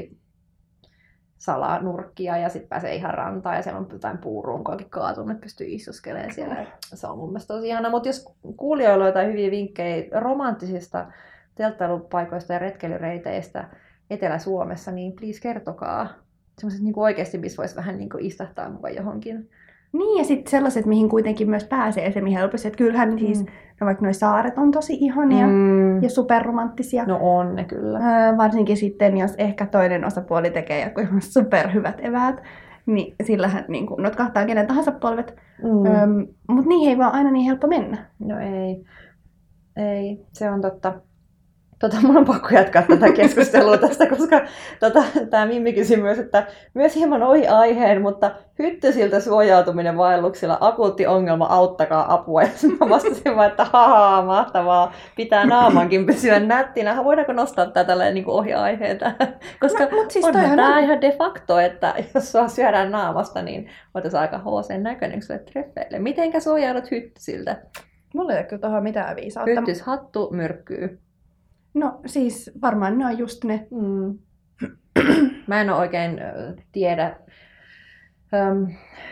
salanurkkia ja sitten pääsee ihan rantaan ja siellä on jotain puurunkoakin kaatunut, että pystyy istuskelemaan siellä. Se on mun mielestä tosi ihana. Mutta jos kuulijoilla on jotain hyviä vinkkejä romanttisista telttailupaikoista ja retkeilyreiteistä Etelä-Suomessa, niin please kertokaa. Sellaiset niin oikeasti, missä voisi vähän niin istahtaa mukaan johonkin. Niin, ja sitten sellaiset, mihin kuitenkin myös pääsee se helposti. Että kyllähän mm. siis, no vaikka nuo saaret on tosi ihania Mm. ja superromanttisia. No on ne kyllä. Öö, varsinkin sitten, jos ehkä toinen osapuoli tekee joku ihan superhyvät eväät, niin sillähän niin kuin, notkahtaa kenen tahansa polvet. Mm. Öö, Mutta niihin ei vaan aina niin helppo mennä. No ei. Ei, se on totta. Tota, mun on pakko jatkaa tätä keskustelua tästä, koska tota, tämä Mimmi kysyi myös, että myös hieman ohi aiheen, mutta hyttysiltä suojautuminen vaelluksilla, akuutti ongelma, auttakaa apua. Ja mä vastasin vaan, että haha, mahtavaa, pitää naamankin pysyä nättinä. Voidaanko nostaa tätä tälleen niin kuin ohi aiheen tähän? Koska No, mut siis onhan toihan tämä on- ihan de facto, että jos sua syödään naamasta, niin voitaisiin aika H C-näköinen, kun sulle treffeille. Mitenkä suojaudut hyttysiltä? Mulla ei ole kyllä tuohon mitään viisautta. Hyttyshattu, myrkkyy. No siis varmaan ne on just ne. Mm. Mä en ole oikein ö, tiedä. Öm,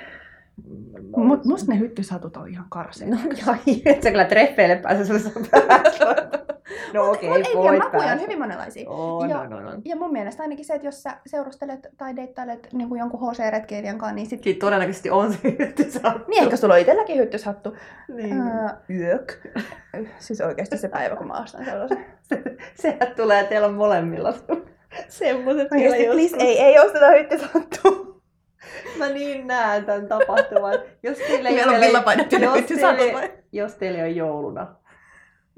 Mut musta ne hyttyshatut on ihan karseita. No jai, et sä kyllä treffeille pääse sellaista päästä. No okei, Mut ei, voit makuja on päästä. hyvin monenlaisia. On, Ja- on, on, on. Ja mun mielestä ainakin se, että jos sä seurustelet tai deittailet niin kuin jonkun H C-retkeilijän kanssa, niin sit... Siitä todennäköisesti on se hyttyshattu. Niin ehkä sulla on itselläkin hyttyshattu. Niin. Ää, yök. Siis oikeesti se päivä, kun mä ostan sellaisen. Se, sehän tulee teillä on molemmilla semmoiset kyllä Oikeesti, joskus. please, ei, ei osteta hyttyshattua. Mä niin näen tämän tapahtuman. Jos teillä ei Meillä on vielä- villapainot ja jos hyttyshatut teillä- vai? Jos teillä on jouluna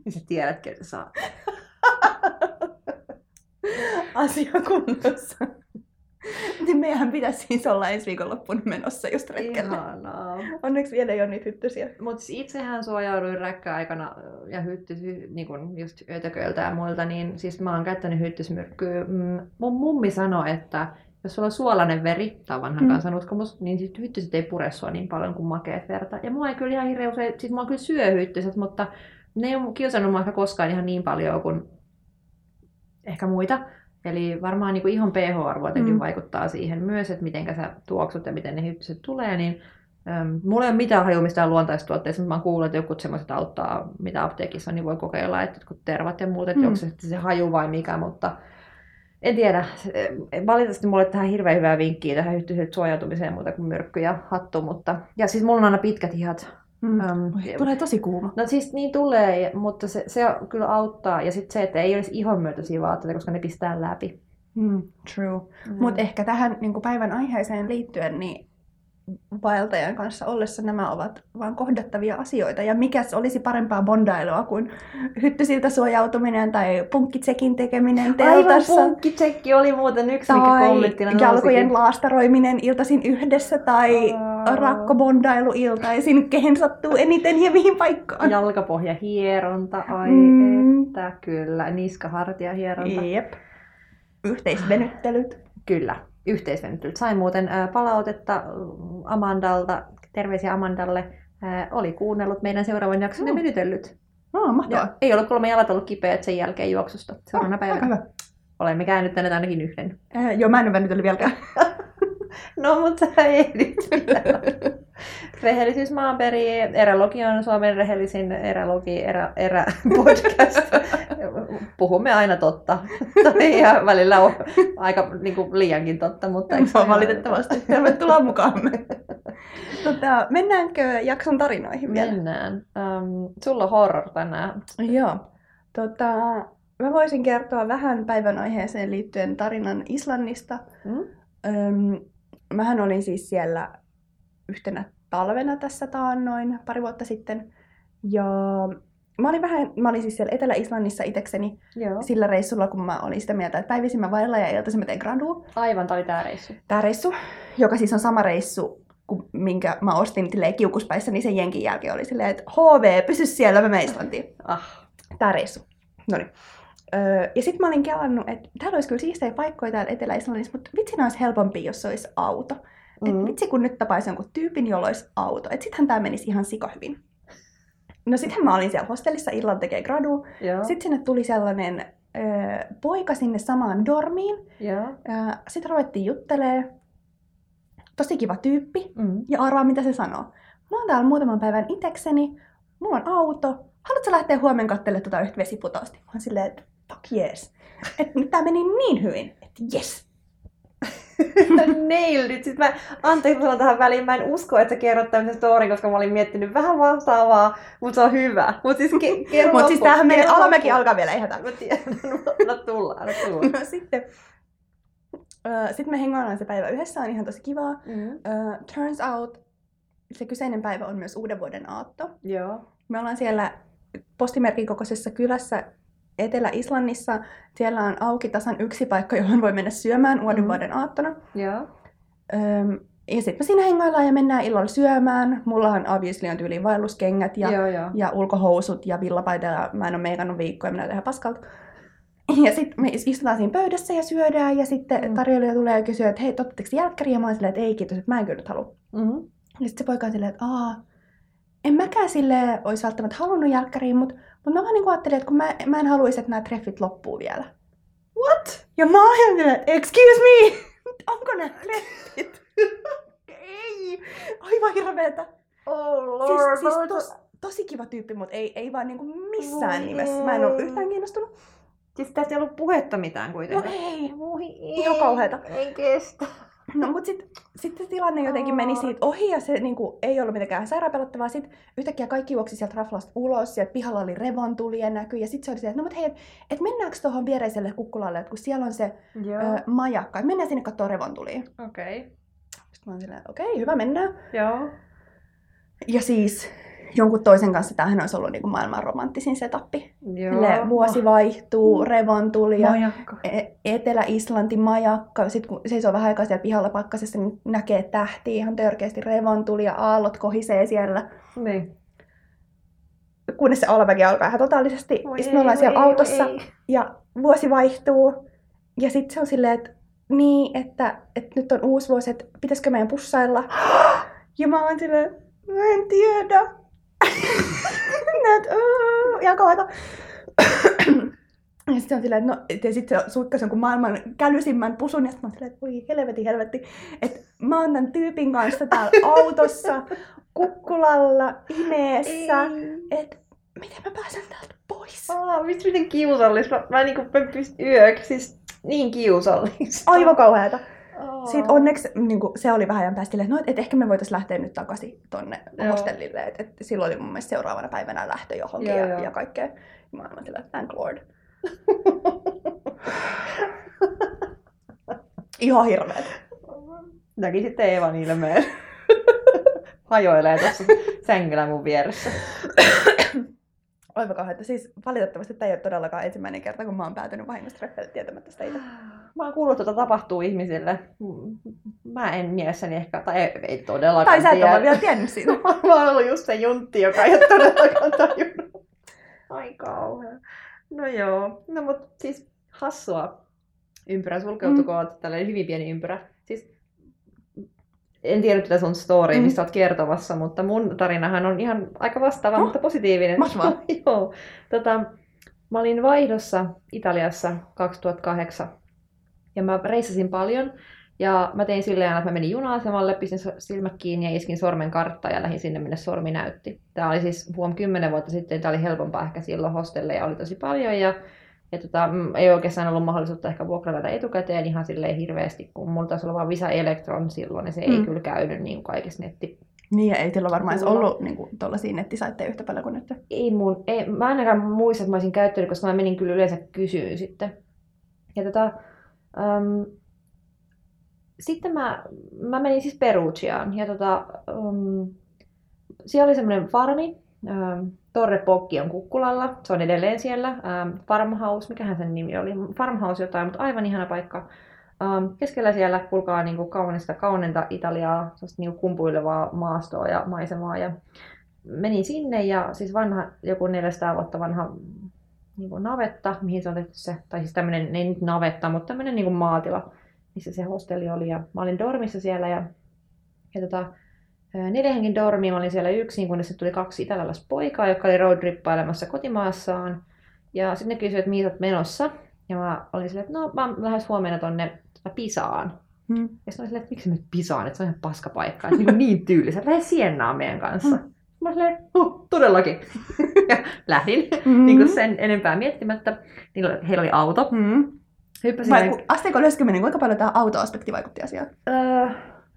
Niin sä tiedät, ketä sä oot. Asia kunnossa. Niin meidän pitäisi siis olla ensi viikonloppuna menossa just retkelle. Ihanaa. Onneksi vielä ei ole niitä hyttysiä. Mutta itsehän suojauduin räkkäaikana ja hyttys, niin kun just ötököiltä ja muilta, niin siis mä oon käyttänyt hyttysmyrkkyä. Mun mummi sanoi, että jos sulla on suolainen veri, tai vanhan mm. kansanuskomus, niin sit hyttyset ei pure sua niin paljon kuin makeet verta. Ja mua ei kyllä ihan hirveän usein, siis mua kyllä syö hyttyset, mutta ne ei ole kiusannut mua ehkä koskaan ihan niin paljon kuin ehkä muita. Eli varmaan niin kuin ihon pH-arvo jotenkin mm. vaikuttaa siihen myös, että miten sä tuoksut ja miten ne hyttyset tulee. Niin, äm, mulla ei ole mitään hajua mistään luontaistuotteista, mutta mä oon kuullut, että jotkut semmoiset auttaa, mitä apteekissa on, niin voi kokeilla, että jotkut tervat ja muut, että mm. onko se se haju vai mikä, mutta en tiedä. Valitettavasti mulla ei tähän hirveän hyvää vinkkiä tähän hyttyset suojautumiseen muuta kuin myrkky ja hattu, mutta ja siis mulla on aina pitkät hihat. Mm. Um, tulee tosi kuuma. No siis niin tulee, mutta se, se kyllä auttaa. Ja sitten se, että ei olisi ihon myötäisiä vaatteita, koska ne pistää läpi. Mm, true. Mm. Mutta ehkä tähän niin kuin päivän aiheeseen liittyen, niin vaeltajan kanssa ollessa nämä ovat vaan kohdattavia asioita. Ja mikäs olisi parempaa bondailua kuin hyttysiltä suojautuminen tai punkkitsekin tekeminen teltassa. Aivan, punkkitsekki oli muuten yksi, mikä kommenttina nousikin. Tai jalkojen laastaroiminen iltaisin yhdessä tai uh... rakkobondailu iltaisin, kehen sattuu eniten ja mihin paikkaan. Jalkapohjahieronta, ai mm. että kyllä. Niskahartiahieronta. Jep. Yhteisvenyttelyt. Kyllä. Yhteisvenyttelyt. Sain muuten ää, palautetta Amandalta, terveisiä Amandalle, ää, oli kuunnellut meidän seuraavan jakson mm. ja venytellyt. Oh, mahtavaa. Ei ollut kolme jalat ollut kipeät sen jälkeen juoksusta seuraavana oh, päivänä. Olemme käännyttäneet ainakin yhden. Äh, joo, mä en ole venytellyt vieläkään. No, mutta sä ehdit vielä. Rehellisyys maan perii. Erälogi on Suomen rehellisin erälogi, erä, erä podcast. Puhumme aina totta. Ja välillä on aika niin kuin, liiankin totta, mutta eikö ole valitettavasti. Tervetuloa mukaamme. Tota, mennäänkö jakson tarinoihin vielä? Mennään. Um, sulla on horror tänään. Joo. Tota, mä voisin kertoa vähän päivän aiheeseen liittyen tarinan Islannista. Mm? Öm, mähän olin siis siellä yhtenä talvena tässä taannoin pari vuotta sitten. Ja mä olin, vähän, mä olin siis siellä Etelä-Islannissa itekseni Joo. sillä reissulla, kun mä olin sitä mieltä, että päivisin mä vaellan ja iltaisin mä teen gradua. Aivan, tää oli tää reissu. Tää reissu, joka siis on sama reissu, kuin minkä mä ostin kiukuspäissä, niin sen jenkin jälkeen oli silleen, että H V, pysy siellä, mä menen Islantiin. Ah. Tää reissu. Noniin. Öö, ja sit mä olin kelannut, että täällä olisi kyllä siistejä paikkoja täällä Etelä-Islannissa, mutta vitsinä olisi helpompi, jos olisi auto. Mm-hmm. Et vitsi kun nyt tapaisi jonkun tyypin, jolla olisi auto. Et sittenhän tää menisi ihan sika hyvin. No sittenhän mä olin siellä hostellissa, illalla tekee gradu. Sitten sinne tuli sellainen öö, poika sinne samaan dormiin. Sitten ruvettiin juttelemaan. Tosi kiva tyyppi. Mm-hmm. Ja arvaa mitä se sanoo. Mä oon täällä muutaman päivän itekseni. Mulla on auto. Haluatko lähteä huomenna katselemaan tuota yhtä vesiputousta? Mä oon silleen, että fuck yes. Että tää meni niin hyvin, että yes. Nailed it. Sitten mä, anteeksi sanon tähän väliin, mä en usko, että sä kerrot tämmöisen storin, koska mä olin miettinyt vähän vastaavaa, mutta se on hyvä. Mutta siis, ke- kerro Mut siis tämähän meidän alamäki alkaa vielä ihata. Mä tiedän, no tullaan, no tullaan. No sitten, uh, sitten me hengaillaan se päivä yhdessä, on ihan tosi kivaa. Mm-hmm. Uh, turns out, se kyseinen päivä on myös uuden vuoden aatto. Joo. Me ollaan siellä postimerkin kokoisessa kylässä Etelä-Islannissa. Siellä on auki tasan yksi paikka, johon voi mennä syömään uuden mm. vuoden aattona. Joo. Öm, ja sitten me siinä hengaillaan ja mennään illalla syömään. Mullahan obviously on tyyliin vaelluskengät ja, joo, joo. ja ulkohousut ja villapaita. Ja mä en ole meikannut viikkoja, minä tehdään paskalta. Ja sitten me istutaan siinä pöydässä ja syödään. Ja sitten mm. tarjoilija tulee ja kysyy, että hei, ottatteko jälkkäriä? Ja mä oon silleen, että ei kiitos, että mä en kyllä nyt halua. Mm-hmm. Ja sitten se poika on silleen, että aah. En mäkään silleen olisi välttämättä halunnut jälkkäriin, mutta, mutta mä vaan niin ajattelin, että kun mä, mä en haluaisi, että nämä treffit loppuu vielä. What? Ja mä ajattelin, että excuse me, onko nämä treffit? Ei, aivan hirveetä. Oh lord. Siis, siis tos, tosi kiva tyyppi, mutta ei, ei vaan niin kuin missään Voi nimessä. Mä en ole yhtään kiinnostunut. Siis tästä ei ollut puhetta mitään kuitenkaan. No ei, Voi ihan kauheeta. Ei kestä. No mut sit, sit se tilanne jotenkin meni siitä ohi ja se niinku ei ollut mitenkään sairaanpelottavaa. Sit yhtäkkiä kaikki juoksi sieltä raflasta ulos ja pihalla oli revontulien näky. Ja sit se oli se, että no mut hei, et, et mennäänkö tuohon viereiselle kukkulalle, että kun siellä on se ö, majakka, että mennään sinne katsoa revontulia. Okei. Okay. Sitten mä oon silleen, okei, okay, hyvä, mennään. Joo. Ja siis jonkun toisen kanssa tämähän olisi ollut niinku maailman romanttisin setappi. Joo. Vuosi vaihtuu, revontulia, Majakka. e- Etelä-Islanti majakka. Sitten kun seisoo vähän aikaa siellä pihalla pakkasessa, niin näkee tähtiä ihan törkeästi, revontulia, aallot kohisee siellä. Niin. Kunnes se alamäki alkaa ihan totaalisesti. Sitten me ollaan siellä ei, autossa ei. ja vuosi vaihtuu. Ja sitten se on silleen, että niin, että, että nyt on uusi vuosi, että pitäisikö meidän pussailla. Ja mä oon silleen, mä en tiedä. Näet, ihan kauheeta. Ja sitten on silleen, että no, ja sitten se suikkas jonkun maailman kälysimmän pusun, ja sitten mä oon silleen, että voi helvetti, helvetti. Että mä oon tämän tyypin kanssa täällä autossa, kukkulalla, pimeessä, että miten mä pääsen täältä pois? Oh, vitsi, miten kiusallista. Mä, mä en niinku pysty yöksi, siis niin kiusallista. Aivan kauheata. Oh. Sitten onneksi niin kuin, se oli vähän ajan päästä silleen, no, että et ehkä me voitaisiin lähteä nyt takaisin tonne Joo. hostellille. Et, et silloin oli mun mielestä seuraavana päivänä lähtö johonkin Joo, ja, joo. ja kaikkea. Ja mä olin silleen, thank lord. Ihan hirveet. Näki sitten Eevan ilmeen. Hajoilee tuossa sängyllä mun vieressä. Aivan kauheata. Siis valitettavasti tämä ei ole todellakaan ensimmäinen kerta, kun mä oon päätynyt vahingostreffeille tietämättä sitä itse. Mä oon kuullut, että tapahtuu ihmisille. Mä en mielessäni ehkä, tai ei, ei todellakaan Tai sä et tiedä. ole vielä tiennyt siitä. Mä oon ollut just se juntti, joka ei ole todellakaan tajunnut. Ai kauhea. No joo. No mut siis hassua. Ympyrä sulkeutukoon. Mm. Tällainen hyvin pieni ympyrä. Siis en tiedä tätä sun storya, Mm. mistä oot kertomassa, mutta mun tarinahan on ihan aika vastaava, No, mutta positiivinen. mahtavaa. Joo. Tota, mä olin vaihdossa Italiassa kaksituhattakahdeksan ja mä reissasin paljon. Ja mä tein silleen, että mä menin juna-asemalle, pistin silmät kiinni ja iskin sormen karttaan ja lähdin sinne, minne sormi näytti. Tää oli siis huom kymmenen vuotta sitten, tää oli helpompaa ehkä silloin, hostelleja oli tosi paljon ja, ja tota, ei oikeastaan ollut mahdollisuutta ehkä vuokrata etukäteen ihan silleen hirveästi, kun mulla taisi olla vaan Visa Electron silloin, niin se ei Mm. kyllä käynyt niin kaikissa netti. Niin, ja ei silloin varmaan edes Mulla- ollut niin kuin, tuollaisia nettisaitteja yhtä paljon kuin nyt. Ei mun, ei, mä ainakaan muista, että mä olisin käyttänyt, koska mä menin kyllä yleensä kysyyn sitten. Ja tota, äm, sitten mä, mä menin siis Perugiaan ja tota, äm, siellä oli semmoinen farmi, äm, Torre Pocchi on Kukkulalla, se on edelleen siellä, äm, Farmhouse, mikähän sen nimi oli, Farmhouse jotain, mutta aivan ihana paikka. Ähm, keskellä siellä kulkaa niinku kaunista, kauneinta Italiaa, niinku kumpuilevaa maastoa ja maisemaa. Ja menin sinne ja siis vanha, joku neljäsataa vuotta vanha niinku navetta, mihin se on tehty se, tai siis tämmönen, ei nyt navetta, mutta tämmönen niinku maatila, missä se hostelli oli. Ja mä olin dormissa siellä ja, ja tota, neljä hengen dormia, mä olin siellä yksin, kunnes tuli kaksi italialaista poikaa, jotka oli roadrippailemassa kotimaassaan. Ja sitten ne kysyivät, että mihin olet menossa. Ja mä olin silleen, että no mä lähes huomenna tonne Pisaan. Hmm. Ja sitten olin silleen, että miksi mä nyt Pisaan, että se on ihan paska paikka, että niin, niin tyylisä, lähde Siennaan meidän kanssa. Hmm. Mä olin silleen, oh, todellakin. Ja lähdin, Mm. niin kuin sen enempää miettimättä. Niillä, heillä oli auto. Mm. Hyppäsin Vai, näin- ku- asteikon ylöskyminen, kuinka paljon tämä autoaspekti vaikutti asiaan? Öö,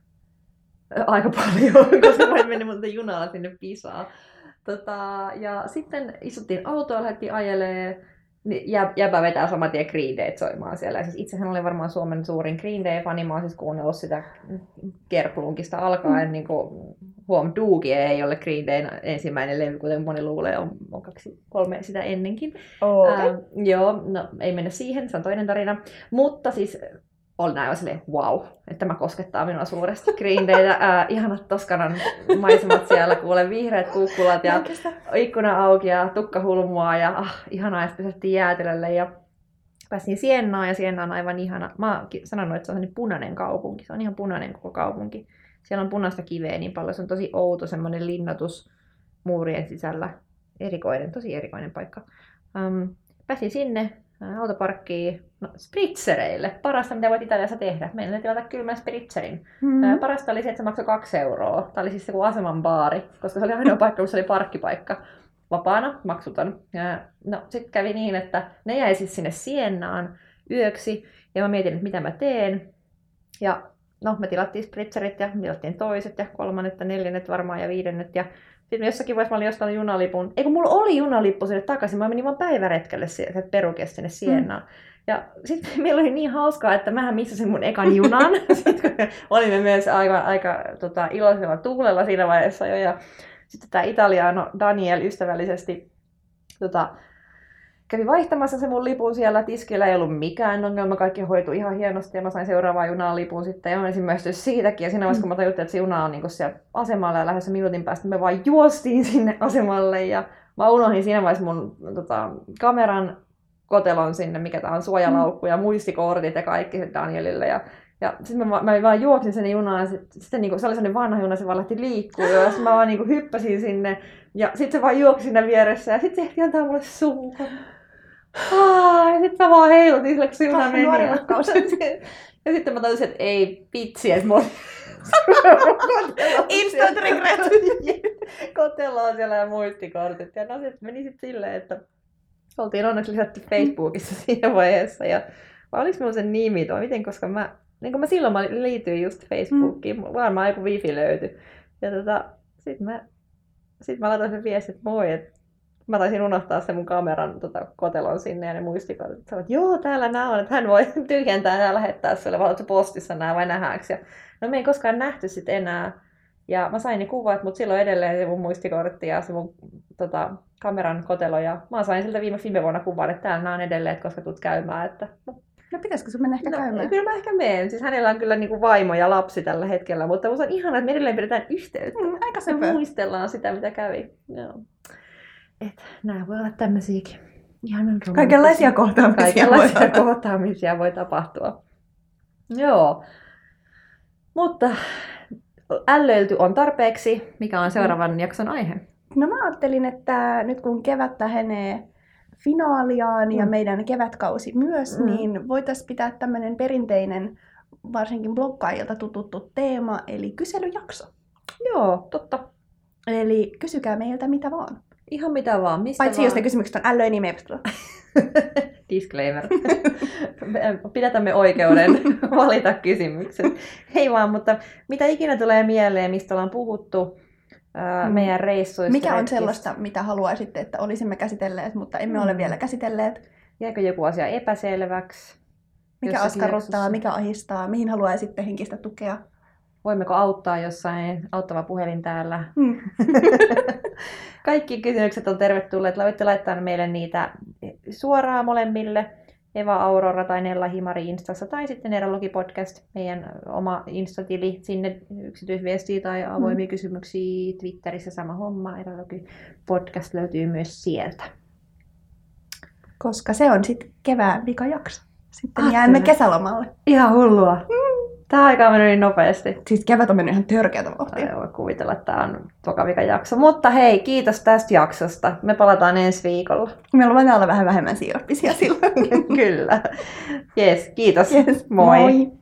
aika paljon, koska mä en mennyt muuta junalla sinne Pisaan. Tota, ja sitten istuttiin autoa, lähdettiin ajelee. Jä, jäbä vetää saman tien Green Dayt soimaan siellä. Ja siis itsehän oli varmaan Suomen suurin Green Day-fani. Mä oon siis kuunnellut sitä Kerplunkista alkaen. Mm. Niin kuin, huom, Doogie ei ole Green Dayn ensimmäinen levy, kuten moni luulee. On, on kaksi, kolme sitä ennenkin. Okay. Ää, joo, no ei mennä siihen, se on toinen tarina. Mutta siis olin aivan silleen, wow, että tämä koskettaa minua suuresti. Green Daytä, ää, ihanat Toskanan maisemat siellä, kuulen vihreät kukkulat ja ikkuna auki ja tukka hulmua ja ah, ihanaa, että pysähtiin jäätelölle ja pääsin Siennaan ja Sienna on aivan ihana. Mä oon sanonut, että se on sellainen punainen kaupunki, se on ihan punainen koko kaupunki. Siellä on punaista kiveä niin paljon, se on tosi outo semmoinen linnoitus muurien sisällä. Erikoinen, tosi erikoinen paikka. Um, pääsin sinne autoparkkiin, no, spritzereille. Parasta, mitä voit Italiassa tehdä. Meillä oli tilata kylmän spritzerin. Mm. Parasta oli se, että se maksoi kaksi euroa. Tämä oli siis joku aseman baari, koska se oli ainoa paikka, missä oli parkkipaikka. Vapaana, maksuton. Ja, no, sitten kävi niin, että ne jäi siis sinne Siennaan yöksi. Ja mä mietin, että mitä mä teen. Ja no, me tilattiin spritzerit ja tilattiin toiset ja kolmannet ja neljännet varmaan ja viidennet. Ja sitten jossakin vaiheessa mä olin ostanut junalipun. Ei kun mulla oli junalippu sinne takaisin. Mä menin vaan päiväretkelle sieltä Perugesta sinne Siennaan. Mm. Ja sitten meillä oli niin hauskaa, että mähän missasin mun ekan junan. Sitten olimme myös aika, aika tota, iloisella tuulella siinä vaiheessa jo. Ja sitten tämä Italiano Daniel ystävällisesti tota, kävi vaihtamassa se mun lipun siellä tiskillä, ei ollut mikään ongelma, kaikki hoitui ihan hienosti ja mä sain seuraavaan junaan lipun sitten ja mä olisin myöhästynyt siitäkin. Ja siinä vaiheessa, kun mä tajuttiin, että se juna on niin siellä asemalla ja lähdössä minuutin päästä, me vaan juostiin sinne asemalle ja mä unohdin siinä vaiheessa mun tota, kameran kotelon sinne, mikä tää on suojalaukku ja muistikortit ja kaikki Danielille. Ja, ja sitten mä, mä vaan juoksin sinne junaan ja sitten sit, niin se oli sellainen vanha juna, se vaan lähti liikkuu ja sitten mä vaan niin hyppäsin sinne ja sitten se vaan juoksi sinne vieressä ja sitten se ehti antaa mulle suukon. Ah, ja sitten mä vaan heilutin sille, kun se juna meni. Ja, ja sitten mä tajusin, että ei vitsi, että mulla instant regret. Kotelo on siellä ja muistikortit. Ja no, sit meni sitten silleen, että oltiin onneksi lisätty Facebookissa siinä vaiheessa. Ja vai oliko minulla sen nimi tuo? Miten, koska mä, niin kun mä silloin mä liityin just Facebookiin, mm. varmaan joku wifi löytyi. Ja tota, sitten mä, sit mä laitoin sen viestin, että moi, että mä taisin unohtaa sen mun kameran tota, kotelon sinne ja ne muistikortit. Sanoin, että joo, täällä nää on, että hän voi tyhjentää ja lähettää sulle, vai oletko postissa nää vai nähdäänkö? No me ei koskaan nähty sit enää. Ja mä sain ne kuvat, mutta silloin edelleen se mun muistikortti ja se mun tota, kameran kotelo. Ja mä sain siltä viime, viime vuonna kuvan, että täällä nää on edelleen, että koska tulet käymään. Että, no, no pitäisikö sun mennä ehkä no, käymään? Kyllä mä ehkä menen. Siis hänellä on kyllä niinku vaimo ja lapsi tällä hetkellä, mutta musta on ihanaa, että me edelleen pidetään yhteyttä. Mm, aika me söpö. muistellaan sitä, mitä kävi. Joo. Että nämä voi olla tämmöisiäkin ihanan kaikenlaisia kohtaamisia. Kaikenlaisia voi. kohtaamisia voi tapahtua. Joo. Mutta ällöilty on tarpeeksi. Mikä on seuraavan mm. jakson aihe? No mä ajattelin, että nyt kun kevät lähenee finaaliaan mm. ja meidän kevätkausi myös, mm. niin voitaisiin pitää tämmöinen perinteinen, varsinkin bloggaajilta tututtu teema, eli kyselyjakso. Joo, totta. Eli kysykää meiltä mitä vaan. Ihan mitä vaan, mistä Paitsi vaan. jos ne kysymykset on ällöi, niin me ei Disclaimer. Pidätämme oikeuden valita kysymykset. Hei vaan, mutta mitä ikinä tulee mieleen, mistä ollaan puhuttu ää, mm. meidän reissuista? Mikä on retkistä? sellaista, mitä haluaisitte, että olisimme käsitelleet, mutta emme mm. ole vielä käsitelleet? Jääkö joku asia epäselväksi? Mikä askarruttaa, mikä ahistaa, mihin haluaisitte henkistä tukea? Voimmeko auttaa jossain, auttava puhelin täällä. Mm. Kaikki kysymykset on tervetulleet. Voitte laittaa meille niitä suoraan molemmille. Eva Aurora tai Nella Himari Instassa tai sitten Erologi Podcast, meidän oma Insta-tili. Sinne yksityisviestiä tai avoimia mm. kysymyksiä. Twitterissä sama homma. Erologi Podcast löytyy myös sieltä. Koska se on sitten kevään vikajakso. Sitten ah, jäämme kyllä. kesälomalle. Ihan hullua. Mm. Tämä aika on mennyt niin nopeasti. Siis kevät on mennyt ihan törkeätä vauhtia. Ei voi kuvitella, että tämä on toka vika jakso. Mutta hei, kiitos tästä jaksosta. Me palataan ensi viikolla. Me luvataan olla vähän vähemmän siirappisia silloin. Kyllä. Jes, kiitos. Yes, moi. moi.